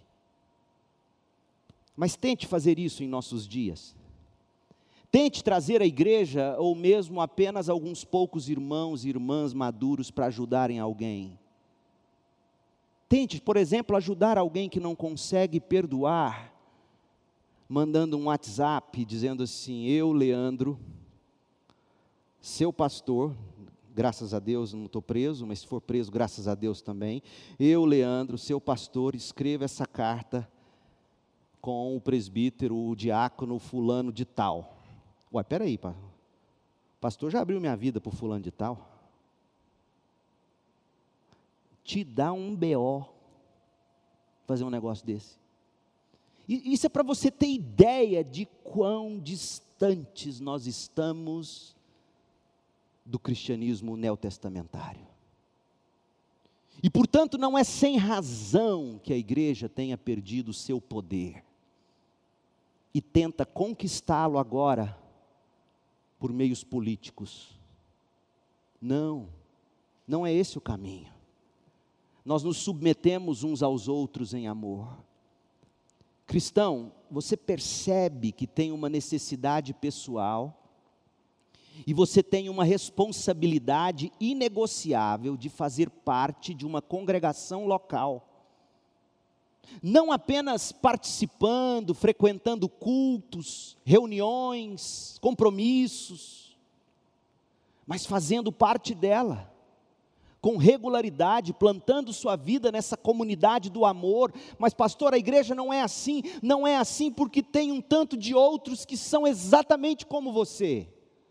Mas tente fazer isso em nossos dias. Tente trazer a igreja, ou mesmo apenas alguns poucos irmãos e irmãs maduros para ajudarem alguém. Tente, por exemplo, ajudar alguém que não consegue perdoar, mandando um WhatsApp dizendo assim: eu, Leandro, seu pastor, graças a Deus não estou preso, mas se for preso, graças a Deus também. Eu, Leandro, seu pastor, escrevo essa carta com o presbítero, o diácono fulano de tal. Ué, peraí, o pastor já abriu minha vida para o fulano de tal? Te dá um BO fazer um negócio desse. E isso é para você ter ideia de quão distantes nós estamos do cristianismo neotestamentário. E portanto não é sem razão que a igreja tenha perdido o seu poder e tenta conquistá-lo agora por meios políticos. Não é esse o caminho. Nós nos submetemos uns aos outros em amor. Cristão, você percebe que tem uma necessidade pessoal e você tem uma responsabilidade inegociável de fazer parte de uma congregação local. Não apenas participando, frequentando cultos, reuniões, compromissos, mas fazendo parte dela, com regularidade, plantando sua vida nessa comunidade do amor. Mas pastor, a igreja não é assim porque tem um tanto de outros que são exatamente como você,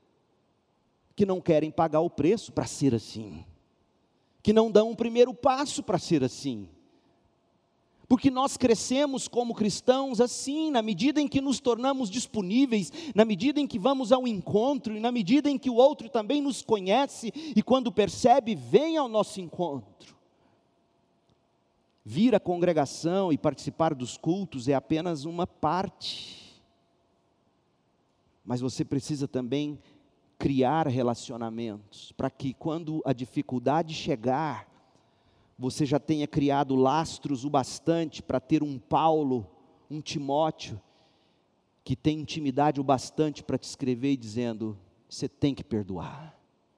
que não querem pagar o preço para ser assim, que não dão um primeiro passo para ser assim. Porque nós crescemos como cristãos assim, na medida em que nos tornamos disponíveis, na medida em que vamos ao encontro, e na medida em que o outro também nos conhece, e quando percebe, vem ao nosso encontro. Vir à congregação e participar dos cultos é apenas uma parte, mas você precisa também criar relacionamentos, para que quando a dificuldade chegar, você já tenha criado lastros o bastante para ter um Paulo, um Timóteo, que tem intimidade o bastante para te escrever e dizendo: você tem que perdoar.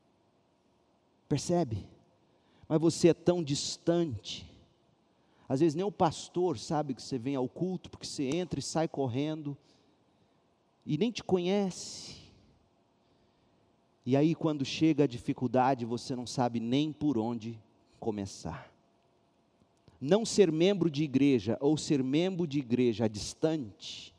Percebe? Mas você é tão distante. Às vezes nem o pastor sabe que você vem ao culto, porque você entra e sai correndo, e nem te conhece. E aí quando chega a dificuldade, você não sabe nem por onde começar. Não ser membro de igreja, ou ser membro de igreja distante,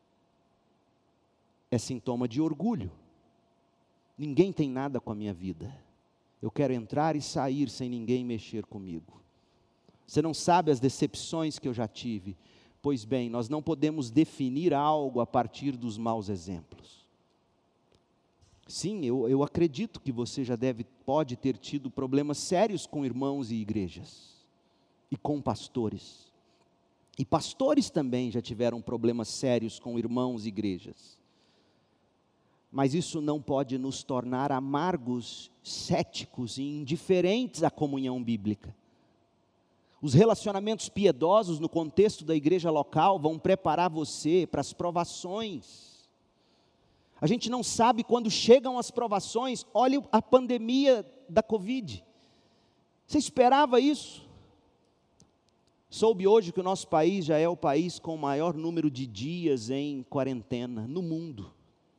é sintoma de orgulho. Ninguém tem nada com a minha vida. Eu quero entrar e sair sem ninguém mexer comigo. Você não sabe as decepções que eu já tive. Pois bem, nós não podemos definir algo a partir dos maus exemplos. Sim, eu acredito que você já pode ter tido problemas sérios com irmãos e igrejas. E com pastores. E pastores também já tiveram problemas sérios com irmãos e igrejas. Mas isso não pode nos tornar amargos, céticos e indiferentes à comunhão bíblica. Os relacionamentos piedosos no contexto da igreja local vão preparar você para as provações. A gente não sabe quando chegam as provações. Olha a pandemia da Covid. Você esperava isso? Soube hoje que o nosso país já é o país com o maior número de dias em quarentena no mundo.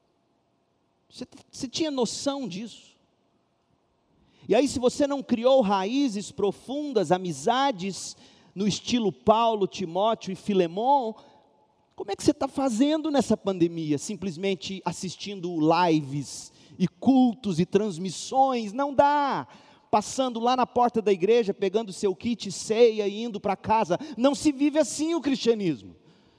Você tinha noção disso? E aí, se você não criou raízes profundas, amizades no estilo Paulo, Timóteo e Filemon, como é que você está fazendo nessa pandemia? Simplesmente assistindo lives e cultos e transmissões? Não dá. Passando lá na porta da igreja, pegando seu kit ceia e indo para casa. Não se vive assim o cristianismo.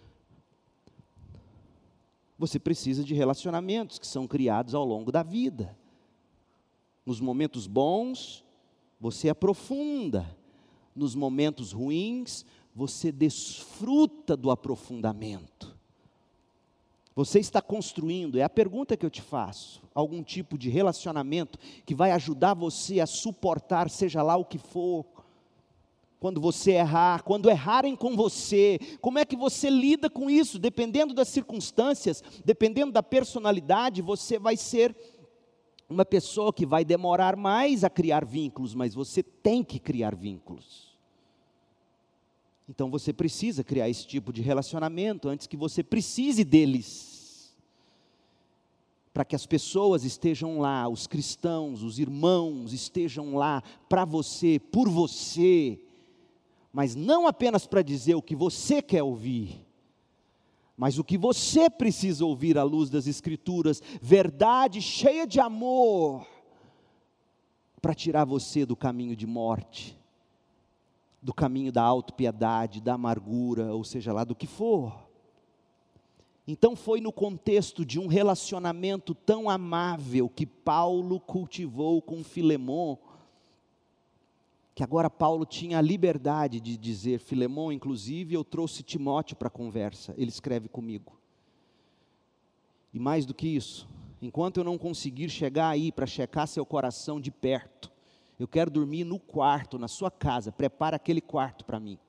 Você precisa de relacionamentos que são criados ao longo da vida. Nos momentos bons, você aprofunda. Nos momentos ruins, você desfruta do aprofundamento. Você está construindo, é a pergunta que eu te faço, algum tipo de relacionamento que vai ajudar você a suportar, seja lá o que for, quando você errar, quando errarem com você, como é que você lida com isso? Dependendo das circunstâncias, dependendo da personalidade, você vai ser uma pessoa que vai demorar mais a criar vínculos, mas você tem que criar vínculos. Então você precisa criar esse tipo de relacionamento antes que você precise deles. Para que as pessoas estejam lá, os cristãos, os irmãos estejam lá para você, por você. Mas não apenas para dizer o que você quer ouvir, mas o que você precisa ouvir à luz das Escrituras, verdade cheia de amor, para tirar você do caminho de morte, do caminho da autopiedade, da amargura, ou seja lá do que for. Então foi no contexto de um relacionamento tão amável que Paulo cultivou com Filemon, que agora Paulo tinha a liberdade de dizer: Filemon, inclusive eu trouxe Timóteo para a conversa, ele escreve comigo. E mais do que isso, enquanto eu não conseguir chegar aí para checar seu coração de perto, eu quero dormir no quarto, na sua casa, prepara aquele quarto para mim.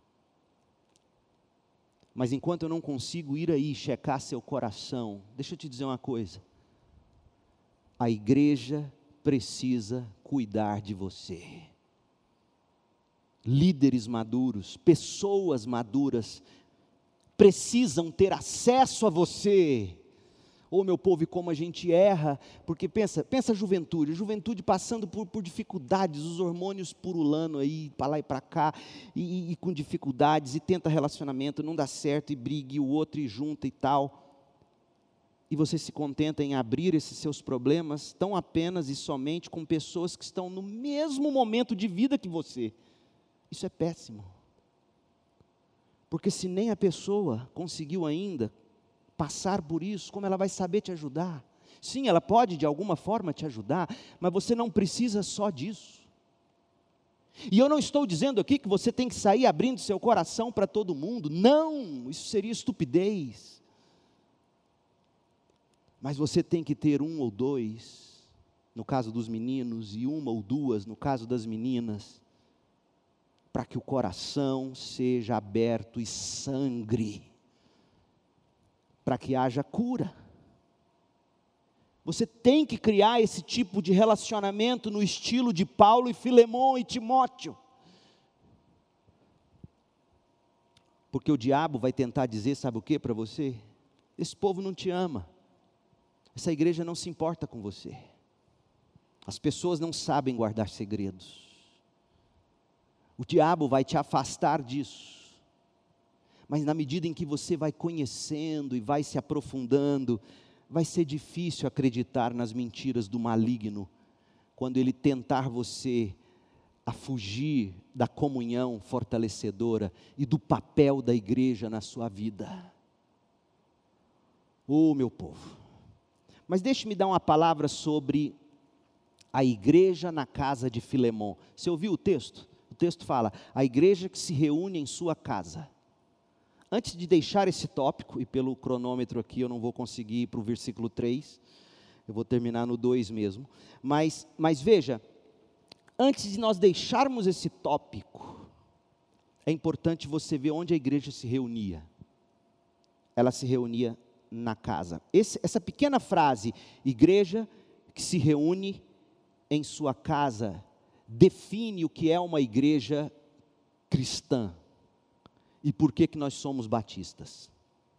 Mas enquanto eu não consigo ir aí checar seu coração, deixa eu te dizer uma coisa, a igreja precisa cuidar de você. Líderes maduros, pessoas maduras, precisam ter acesso a você. Oh, meu povo, e como a gente erra, porque pensa a juventude passando por dificuldades, os hormônios purulando aí, para lá e para cá, e com dificuldades, e tenta relacionamento, não dá certo, e briga, e o outro, e junta e tal, e você se contenta em abrir esses seus problemas, tão apenas e somente com pessoas que estão no mesmo momento de vida que você. Isso é péssimo, porque se nem a pessoa conseguiu ainda passar por isso, como ela vai saber te ajudar? Sim, ela pode de alguma forma te ajudar, mas você não precisa só disso. E eu não estou dizendo aqui que você tem que sair abrindo seu coração para todo mundo, não, isso seria estupidez. Mas você tem que ter um ou dois, no caso dos meninos, e uma ou duas, no caso das meninas, para que o coração seja aberto e sangre, para que haja cura. Você tem que criar esse tipo de relacionamento no estilo de Paulo e Filemon e Timóteo. Porque o diabo vai tentar dizer, sabe o que para você? Esse povo não te ama. Essa igreja não se importa com você. As pessoas não sabem guardar segredos. O diabo vai te afastar disso. Mas na medida em que você vai conhecendo e vai se aprofundando, vai ser difícil acreditar nas mentiras do maligno, quando ele tentar você a fugir da comunhão fortalecedora e do papel da igreja na sua vida. Oh, meu povo. Mas deixe-me dar uma palavra sobre a igreja na casa de Filemon. Você ouviu o texto? O texto fala, a igreja que se reúne em sua casa. Antes de deixar esse tópico, e pelo cronômetro aqui eu não vou conseguir ir para o versículo 3, eu vou terminar no 2 mesmo, mas veja, antes de nós deixarmos esse tópico, é importante você ver onde a igreja se reunia. Ela se reunia na casa. Essa pequena frase, igreja que se reúne em sua casa, define o que é uma igreja cristã. E por que nós somos batistas?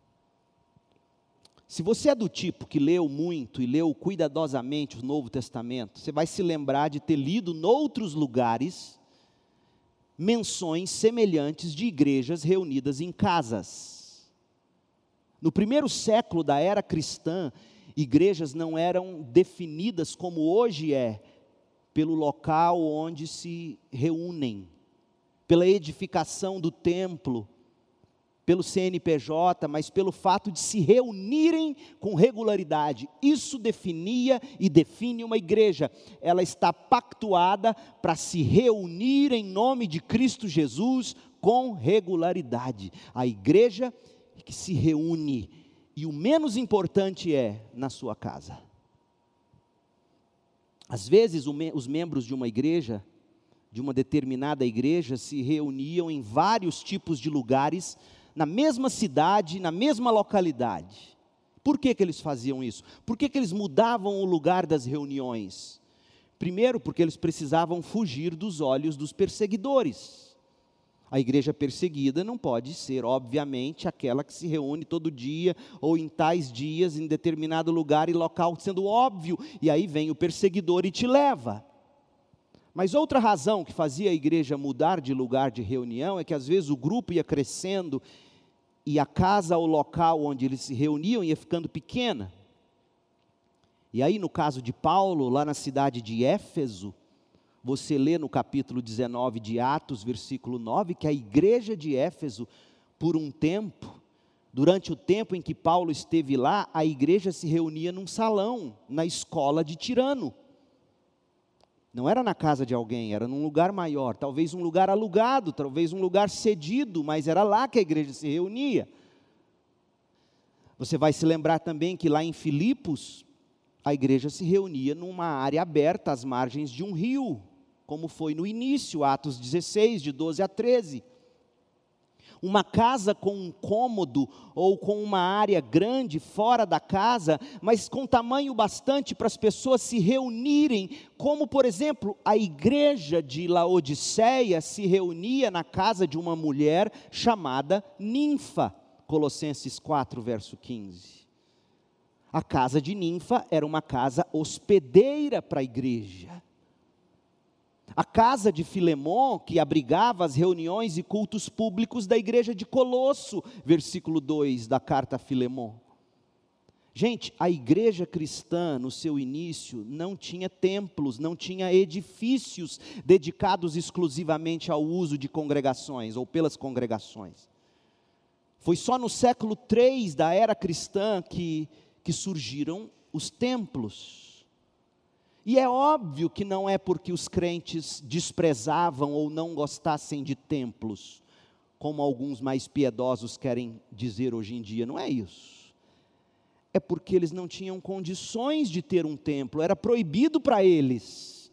Se você é do tipo que leu muito e leu cuidadosamente o Novo Testamento, você vai se lembrar de ter lido noutros lugares menções semelhantes de igrejas reunidas em casas. No primeiro século da era cristã, igrejas não eram definidas como hoje é, pelo local onde se reúnem, pela edificação do templo, pelo CNPJ, mas pelo fato de se reunirem com regularidade. Isso definia e define uma igreja. Ela está pactuada para se reunir em nome de Cristo Jesus com regularidade. A igreja que se reúne, e o menos importante é na sua casa. Às vezes os membros de uma igreja, de uma determinada igreja, se reuniam em vários tipos de lugares, na mesma cidade, na mesma localidade. Por que eles faziam isso? Por que eles mudavam o lugar das reuniões? Primeiro, porque eles precisavam fugir dos olhos dos perseguidores. A igreja perseguida não pode ser, obviamente, aquela que se reúne todo dia, ou em tais dias, em determinado lugar e local, sendo óbvio, e aí vem o perseguidor e te leva. Mas outra razão que fazia a igreja mudar de lugar de reunião é que às vezes o grupo ia crescendo e a casa ou local onde eles se reuniam ia ficando pequena. E aí no caso de Paulo, lá na cidade de Éfeso, você lê no capítulo 19 de Atos, versículo 9, que a igreja de Éfeso, por um tempo, durante o tempo em que Paulo esteve lá, a igreja se reunia num salão, na escola de Tirano. Não era na casa de alguém, era num lugar maior, talvez um lugar alugado, talvez um lugar cedido, mas era lá que a igreja se reunia. Você vai se lembrar também que lá em Filipos, a igreja se reunia numa área aberta, às margens de um rio, como foi no início, Atos 16, de 12 a 13. Uma casa com um cômodo ou com uma área grande fora da casa, mas com tamanho bastante para as pessoas se reunirem, como por exemplo, a igreja de Laodiceia se reunia na casa de uma mulher chamada Ninfa, Colossenses 4, verso 15. A casa de Ninfa era uma casa hospedeira para a igreja. A casa de Filemon, que abrigava as reuniões e cultos públicos da igreja de Colosso, versículo 2 da carta a Filemon. Gente, a igreja cristã, no seu início, não tinha templos, não tinha edifícios dedicados exclusivamente ao uso de congregações, ou pelas congregações. Foi só no século 3 da era cristã que surgiram os templos. E é óbvio que não é porque os crentes desprezavam ou não gostassem de templos, como alguns mais piedosos querem dizer hoje em dia, não é isso. É porque eles não tinham condições de ter um templo, era proibido para eles.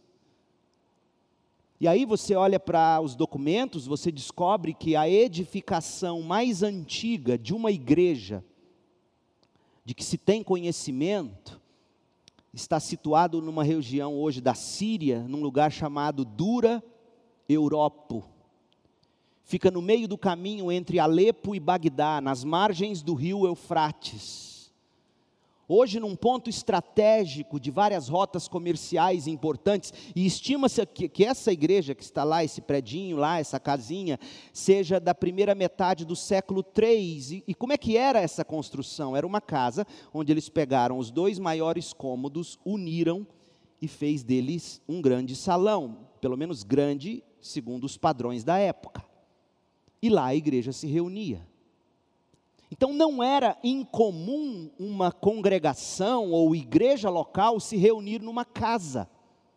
E aí você olha para os documentos, você descobre que a edificação mais antiga de uma igreja, de que se tem conhecimento, está situado numa região hoje da Síria, num lugar chamado Dura Europo. Fica no meio do caminho entre Alepo e Bagdá, nas margens do rio Eufrates. Hoje num ponto estratégico de várias rotas comerciais importantes, e estima-se que essa igreja que está lá, esse predinho lá, essa casinha, seja da primeira metade do século 3. E como é que era essa construção? Era uma casa onde eles pegaram os dois maiores cômodos, uniram e fez deles um grande salão, pelo menos grande segundo os padrões da época. E lá a igreja se reunia. Então não era incomum uma congregação ou igreja local se reunir numa casa.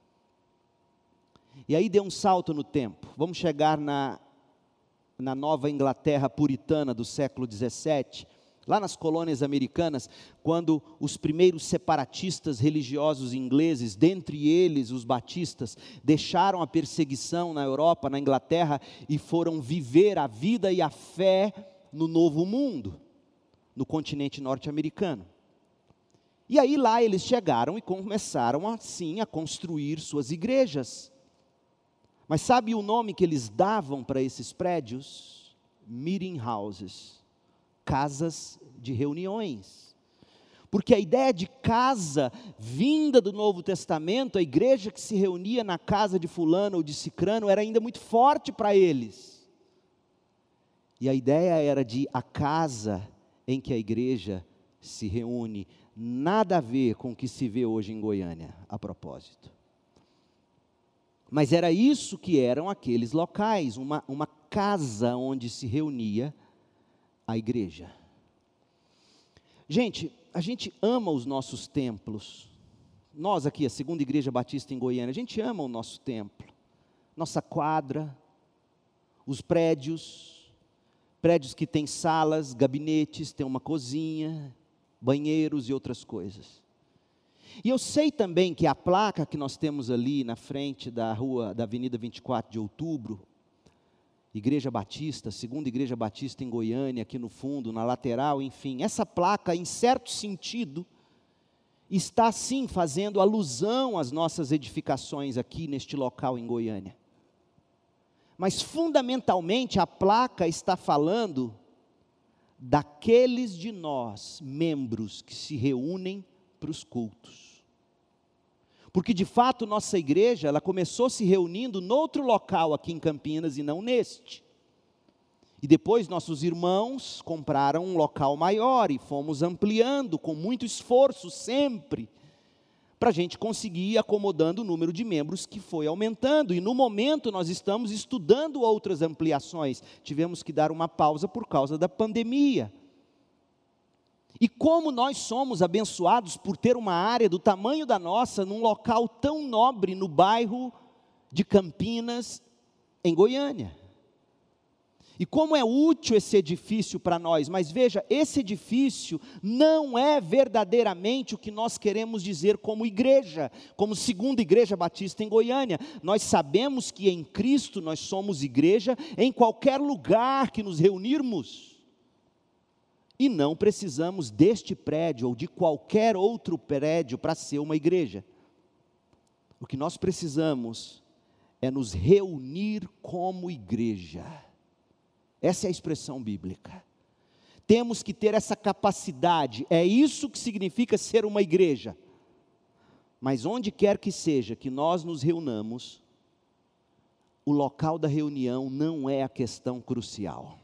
E aí deu um salto no tempo. Vamos chegar na Nova Inglaterra puritana do século 17, lá nas colônias americanas, quando os primeiros separatistas religiosos ingleses, dentre eles os batistas, deixaram a perseguição na Europa, na Inglaterra, e foram viver a vida e a fé no novo mundo. no continente norte-americano. E aí lá eles chegaram e começaram assim a construir suas igrejas. Mas sabe o nome que eles davam para esses prédios? Meeting houses, casas de reuniões. Porque a ideia de casa vinda do Novo Testamento, a igreja que se reunia na casa de fulano ou de cicrano, era ainda muito forte para eles. E a ideia era de a casa em que a igreja se reúne, nada a ver com o que se vê hoje em Goiânia, a propósito. Mas era isso que eram aqueles locais, uma casa onde se reunia a igreja. Gente, a gente ama os nossos templos. Nós aqui, a Segunda Igreja Batista em Goiânia, a gente ama o nosso templo, nossa quadra, os prédios que têm salas, gabinetes, tem uma cozinha, banheiros e outras coisas. E eu sei também que a placa que nós temos ali na frente da Avenida 24 de Outubro, Igreja Batista, Segunda Igreja Batista em Goiânia, aqui no fundo, na lateral, enfim, essa placa, em certo sentido, está sim fazendo alusão às nossas edificações aqui neste local em Goiânia. Mas fundamentalmente a placa está falando daqueles de nós, membros, que se reúnem para os cultos. Porque de fato nossa igreja, ela começou se reunindo noutro local aqui em Campinas e não neste. E depois nossos irmãos compraram um local maior e fomos ampliando com muito esforço sempre, para a gente conseguir ir acomodando o número de membros que foi aumentando. E no momento nós estamos estudando outras ampliações. Tivemos que dar uma pausa por causa da pandemia. E como nós somos abençoados por ter uma área do tamanho da nossa, num local tão nobre no bairro de Campinas, em Goiânia. E como é útil esse edifício para nós, mas veja, esse edifício não é verdadeiramente o que nós queremos dizer como igreja, como Segunda Igreja Batista em Goiânia. Nós sabemos que em Cristo nós somos igreja em qualquer lugar que nos reunirmos. E não precisamos deste prédio ou de qualquer outro prédio para ser uma igreja. O que nós precisamos é nos reunir como igreja. Essa é a expressão bíblica. Temos que ter essa capacidade, é isso que significa ser uma igreja. Mas onde quer que seja que nós nos reunamos, o local da reunião não é a questão crucial.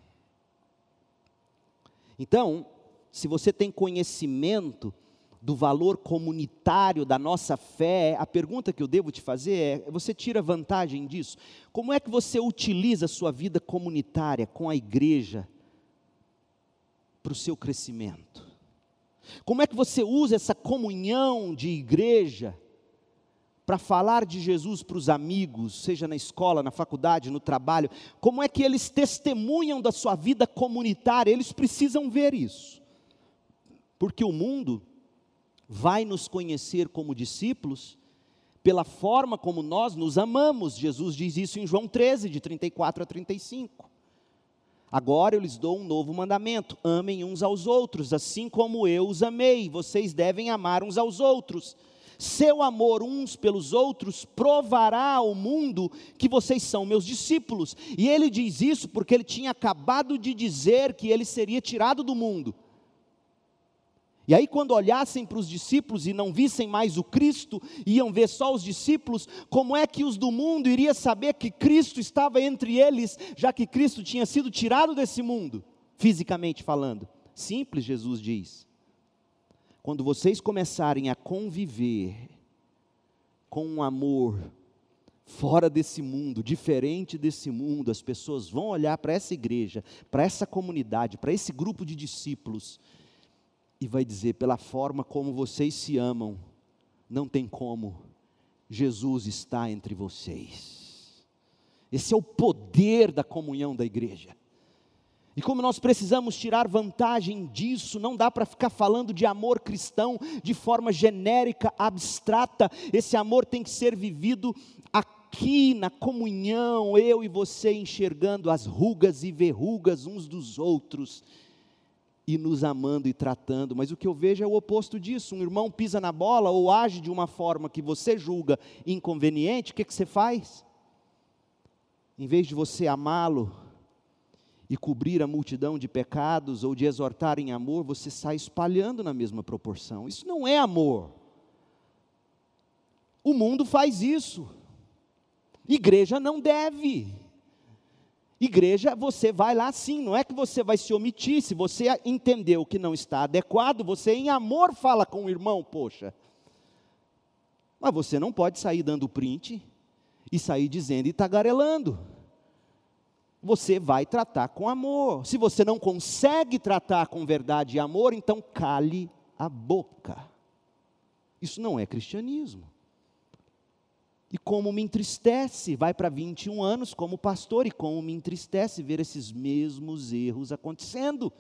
Então, se você tem conhecimento do valor comunitário da nossa fé, a pergunta que eu devo te fazer é, você tira vantagem disso? Como é que você utiliza a sua vida comunitária com a igreja para o seu crescimento? Como é que você usa essa comunhão de igreja para falar de Jesus para os amigos, seja na escola, na faculdade, no trabalho? Como é que eles testemunham da sua vida comunitária? Eles precisam ver isso, porque o mundo vai nos conhecer como discípulos pela forma como nós nos amamos. Jesus diz isso em João 13, de 34 a 35. Agora eu lhes dou um novo mandamento: amem uns aos outros, assim como eu os amei. Vocês devem amar uns aos outros. Seu amor uns pelos outros provará ao mundo que vocês são meus discípulos. E ele diz isso porque ele tinha acabado de dizer que ele seria tirado do mundo. E aí quando olhassem para os discípulos e não vissem mais o Cristo, iam ver só os discípulos, como é que os do mundo iriam saber que Cristo estava entre eles, já que Cristo tinha sido tirado desse mundo, fisicamente falando? Simples, Jesus diz. Quando vocês começarem a conviver com um amor fora desse mundo, diferente desse mundo, as pessoas vão olhar para essa igreja, para essa comunidade, para esse grupo de discípulos, e vai dizer: pela forma como vocês se amam, não tem como, Jesus está entre vocês. Esse é o poder da comunhão da igreja. E como nós precisamos tirar vantagem disso, não dá para ficar falando de amor cristão de forma genérica, abstrata. Esse amor tem que ser vivido aqui na comunhão, eu e você enxergando as rugas e verrugas uns dos outros, e nos amando e tratando, mas o que eu vejo é o oposto disso. Um irmão pisa na bola ou age de uma forma que você julga inconveniente, o que você faz? Em vez de você amá-lo e cobrir a multidão de pecados, ou de exortar em amor, você sai espalhando na mesma proporção. Isso não é amor. O mundo faz isso. Igreja não deve. Igreja, você vai lá sim, não é que você vai se omitir. Se você entendeu que não está adequado, você em amor fala com o irmão, poxa. Mas você não pode sair dando print e sair dizendo e tagarelando. Você vai tratar com amor. Se você não consegue tratar com verdade e amor, então cale a boca. Isso não é cristianismo. E como me entristece, vai para 21 anos como pastor, e como me entristece ver esses mesmos erros acontecendo.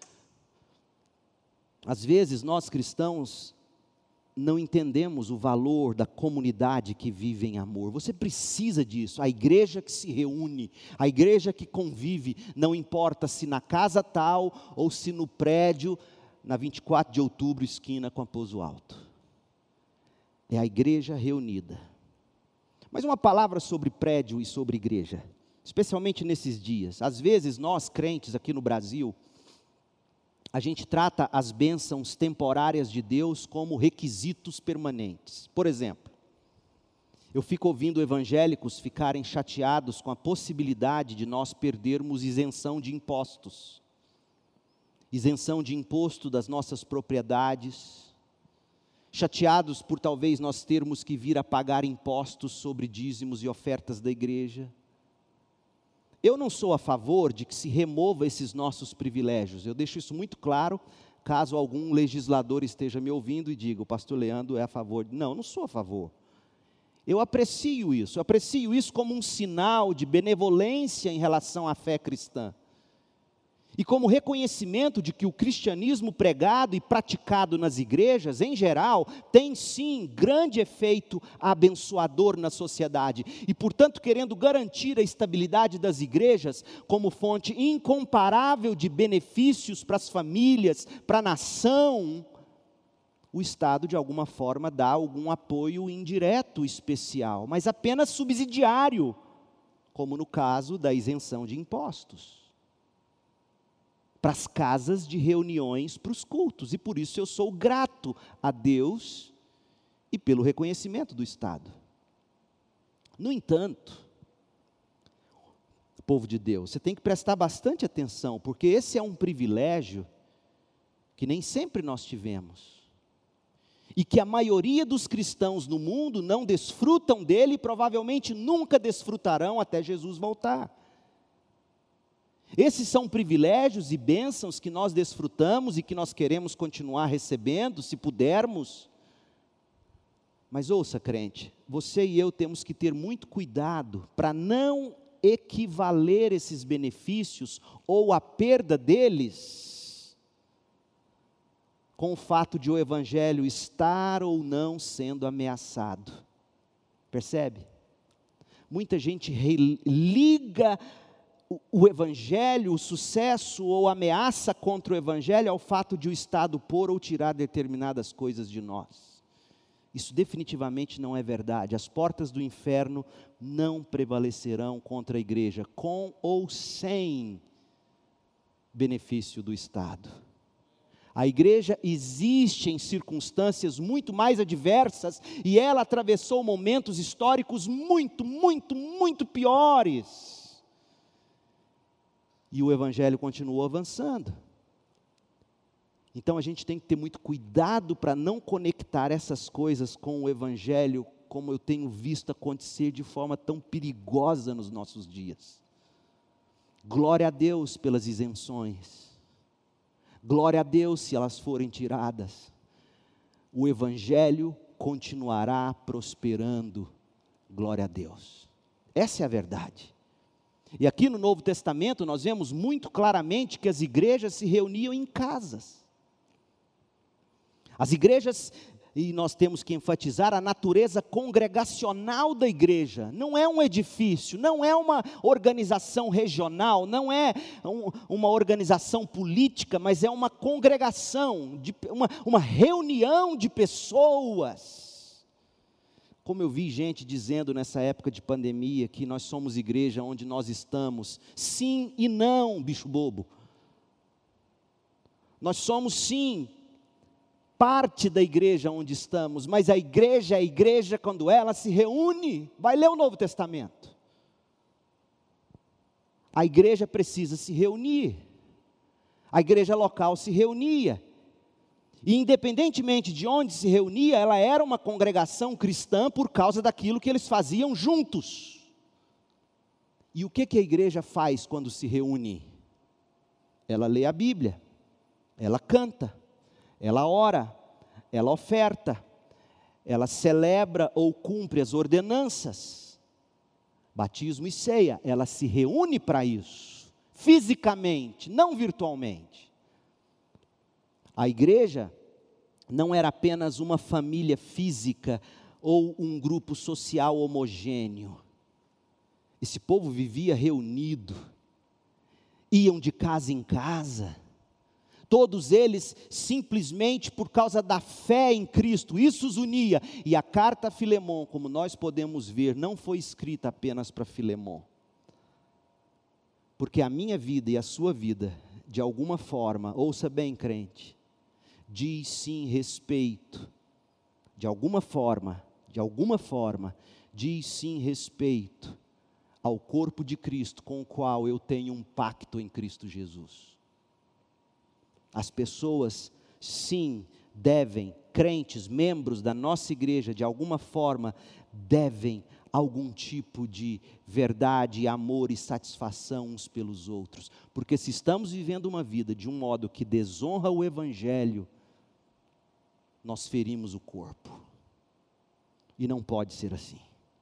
Às vezes nós cristãos não entendemos o valor da comunidade que vive em amor. Você precisa disso. A igreja que se reúne, a igreja que convive, não importa se na casa tal ou se no prédio, na 24 de outubro, esquina com a Pouso Alto. É a igreja reunida. Mas uma palavra sobre prédio e sobre igreja, especialmente nesses dias. Às vezes nós, crentes aqui no Brasil, a gente trata as bênçãos temporárias de Deus como requisitos permanentes. Por exemplo, eu fico ouvindo evangélicos ficarem chateados com a possibilidade de nós perdermos isenção de impostos. Isenção de imposto das nossas propriedades. Chateados por talvez nós termos que vir a pagar impostos sobre dízimos e ofertas da igreja. Eu não sou a favor de que se remova esses nossos privilégios. Eu deixo isso muito claro, caso algum legislador esteja me ouvindo e diga, o pastor Leandro é a favor. Não, não sou a favor. Eu aprecio isso como um sinal de benevolência em relação à fé cristã. E como reconhecimento de que o cristianismo pregado e praticado nas igrejas, em geral, tem sim grande efeito abençoador na sociedade. E, portanto, querendo garantir a estabilidade das igrejas como fonte incomparável de benefícios para as famílias, para a nação, o Estado, de alguma forma, dá algum apoio indireto especial, mas apenas subsidiário, como no caso da isenção de impostos. Para as casas de reuniões, para os cultos, e por isso eu sou grato a Deus e pelo reconhecimento do Estado. No entanto, povo de Deus, você tem que prestar bastante atenção, porque esse é um privilégio que nem sempre nós tivemos, e que a maioria dos cristãos no mundo não desfrutam dele e provavelmente nunca desfrutarão até Jesus voltar. Esses são privilégios e bênçãos que nós desfrutamos e que nós queremos continuar recebendo, se pudermos. Mas ouça, crente, você e eu temos que ter muito cuidado para não equivaler esses benefícios ou a perda deles com o fato de o evangelho estar ou não sendo ameaçado. Percebe? Muita gente liga o evangelho, o sucesso ou ameaça contra o evangelho ao fato de o Estado pôr ou tirar determinadas coisas de nós. Isso definitivamente não é verdade. As portas do inferno não prevalecerão contra a igreja, com ou sem benefício do Estado. A igreja existe em circunstâncias muito mais adversas e ela atravessou momentos históricos muito piores. E o evangelho continuou avançando. Então a gente tem que ter muito cuidado para não conectar essas coisas com o evangelho, como eu tenho visto acontecer de forma tão perigosa nos nossos dias. Glória a Deus pelas isenções. Glória a Deus se elas forem tiradas. O evangelho continuará prosperando. Glória a Deus. Essa é a verdade. E aqui no Novo Testamento nós vemos muito claramente que as igrejas se reuniam em casas. As igrejas e nós temos que enfatizar a natureza congregacional da igreja. Não é um edifício, não é uma organização regional, não é uma organização política, mas é uma congregação, uma reunião de pessoas. Como eu vi gente dizendo nessa época de pandemia que nós somos igreja onde nós estamos. Sim e não, bicho bobo. Nós somos sim parte da igreja onde estamos, mas a igreja é a igreja quando ela se reúne. Vai ler o Novo Testamento. A igreja precisa se reunir. A igreja local se reunia. E independentemente de onde se reunia, ela era uma congregação cristã por causa daquilo que eles faziam juntos. E o que a igreja faz quando se reúne? Ela lê a Bíblia, ela canta, ela ora, ela oferta, ela celebra ou cumpre as ordenanças, batismo e ceia. Ela se reúne para isso, fisicamente, não virtualmente. A igreja não era apenas uma família física ou um grupo social homogêneo. Esse povo vivia reunido, iam de casa em casa, todos eles simplesmente por causa da fé em Cristo, isso os unia. E a carta a Filemon, como nós podemos ver, não foi escrita apenas para Filemon, porque a minha vida e a sua vida, de alguma forma, ouça bem, crente, diz sim respeito, de alguma forma, diz sim respeito ao corpo de Cristo, com o qual eu tenho um pacto em Cristo Jesus. As pessoas, sim, devem, crentes, membros da nossa igreja, de alguma forma, devem algum tipo de verdade, amor e satisfação uns pelos outros. Porque se estamos vivendo uma vida de um modo que desonra o Evangelho, nós ferimos o corpo. E não pode ser assim.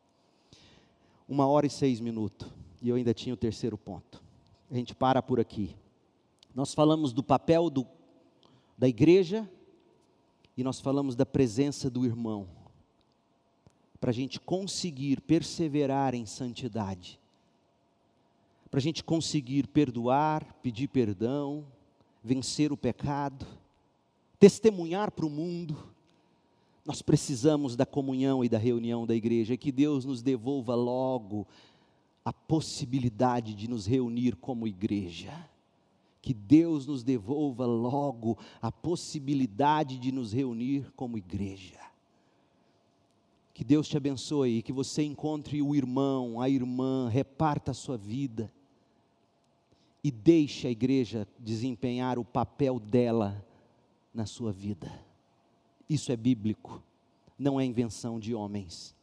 1h06, e eu ainda tinha o terceiro ponto. A gente para por aqui. Nós falamos do papel da igreja, e nós falamos da presença do irmão, para a gente conseguir perseverar em santidade, para a gente conseguir perdoar, pedir perdão, vencer o pecado, testemunhar para o mundo. Nós precisamos da comunhão e da reunião da igreja, que Deus nos devolva logo a possibilidade de nos reunir como igreja. Que Deus nos devolva logo a possibilidade de nos reunir como igreja. Que Deus te abençoe e que você encontre o irmão, a irmã, reparta a sua vida e deixe a igreja desempenhar o papel dela na sua vida. Isso é bíblico, não é invenção de homens.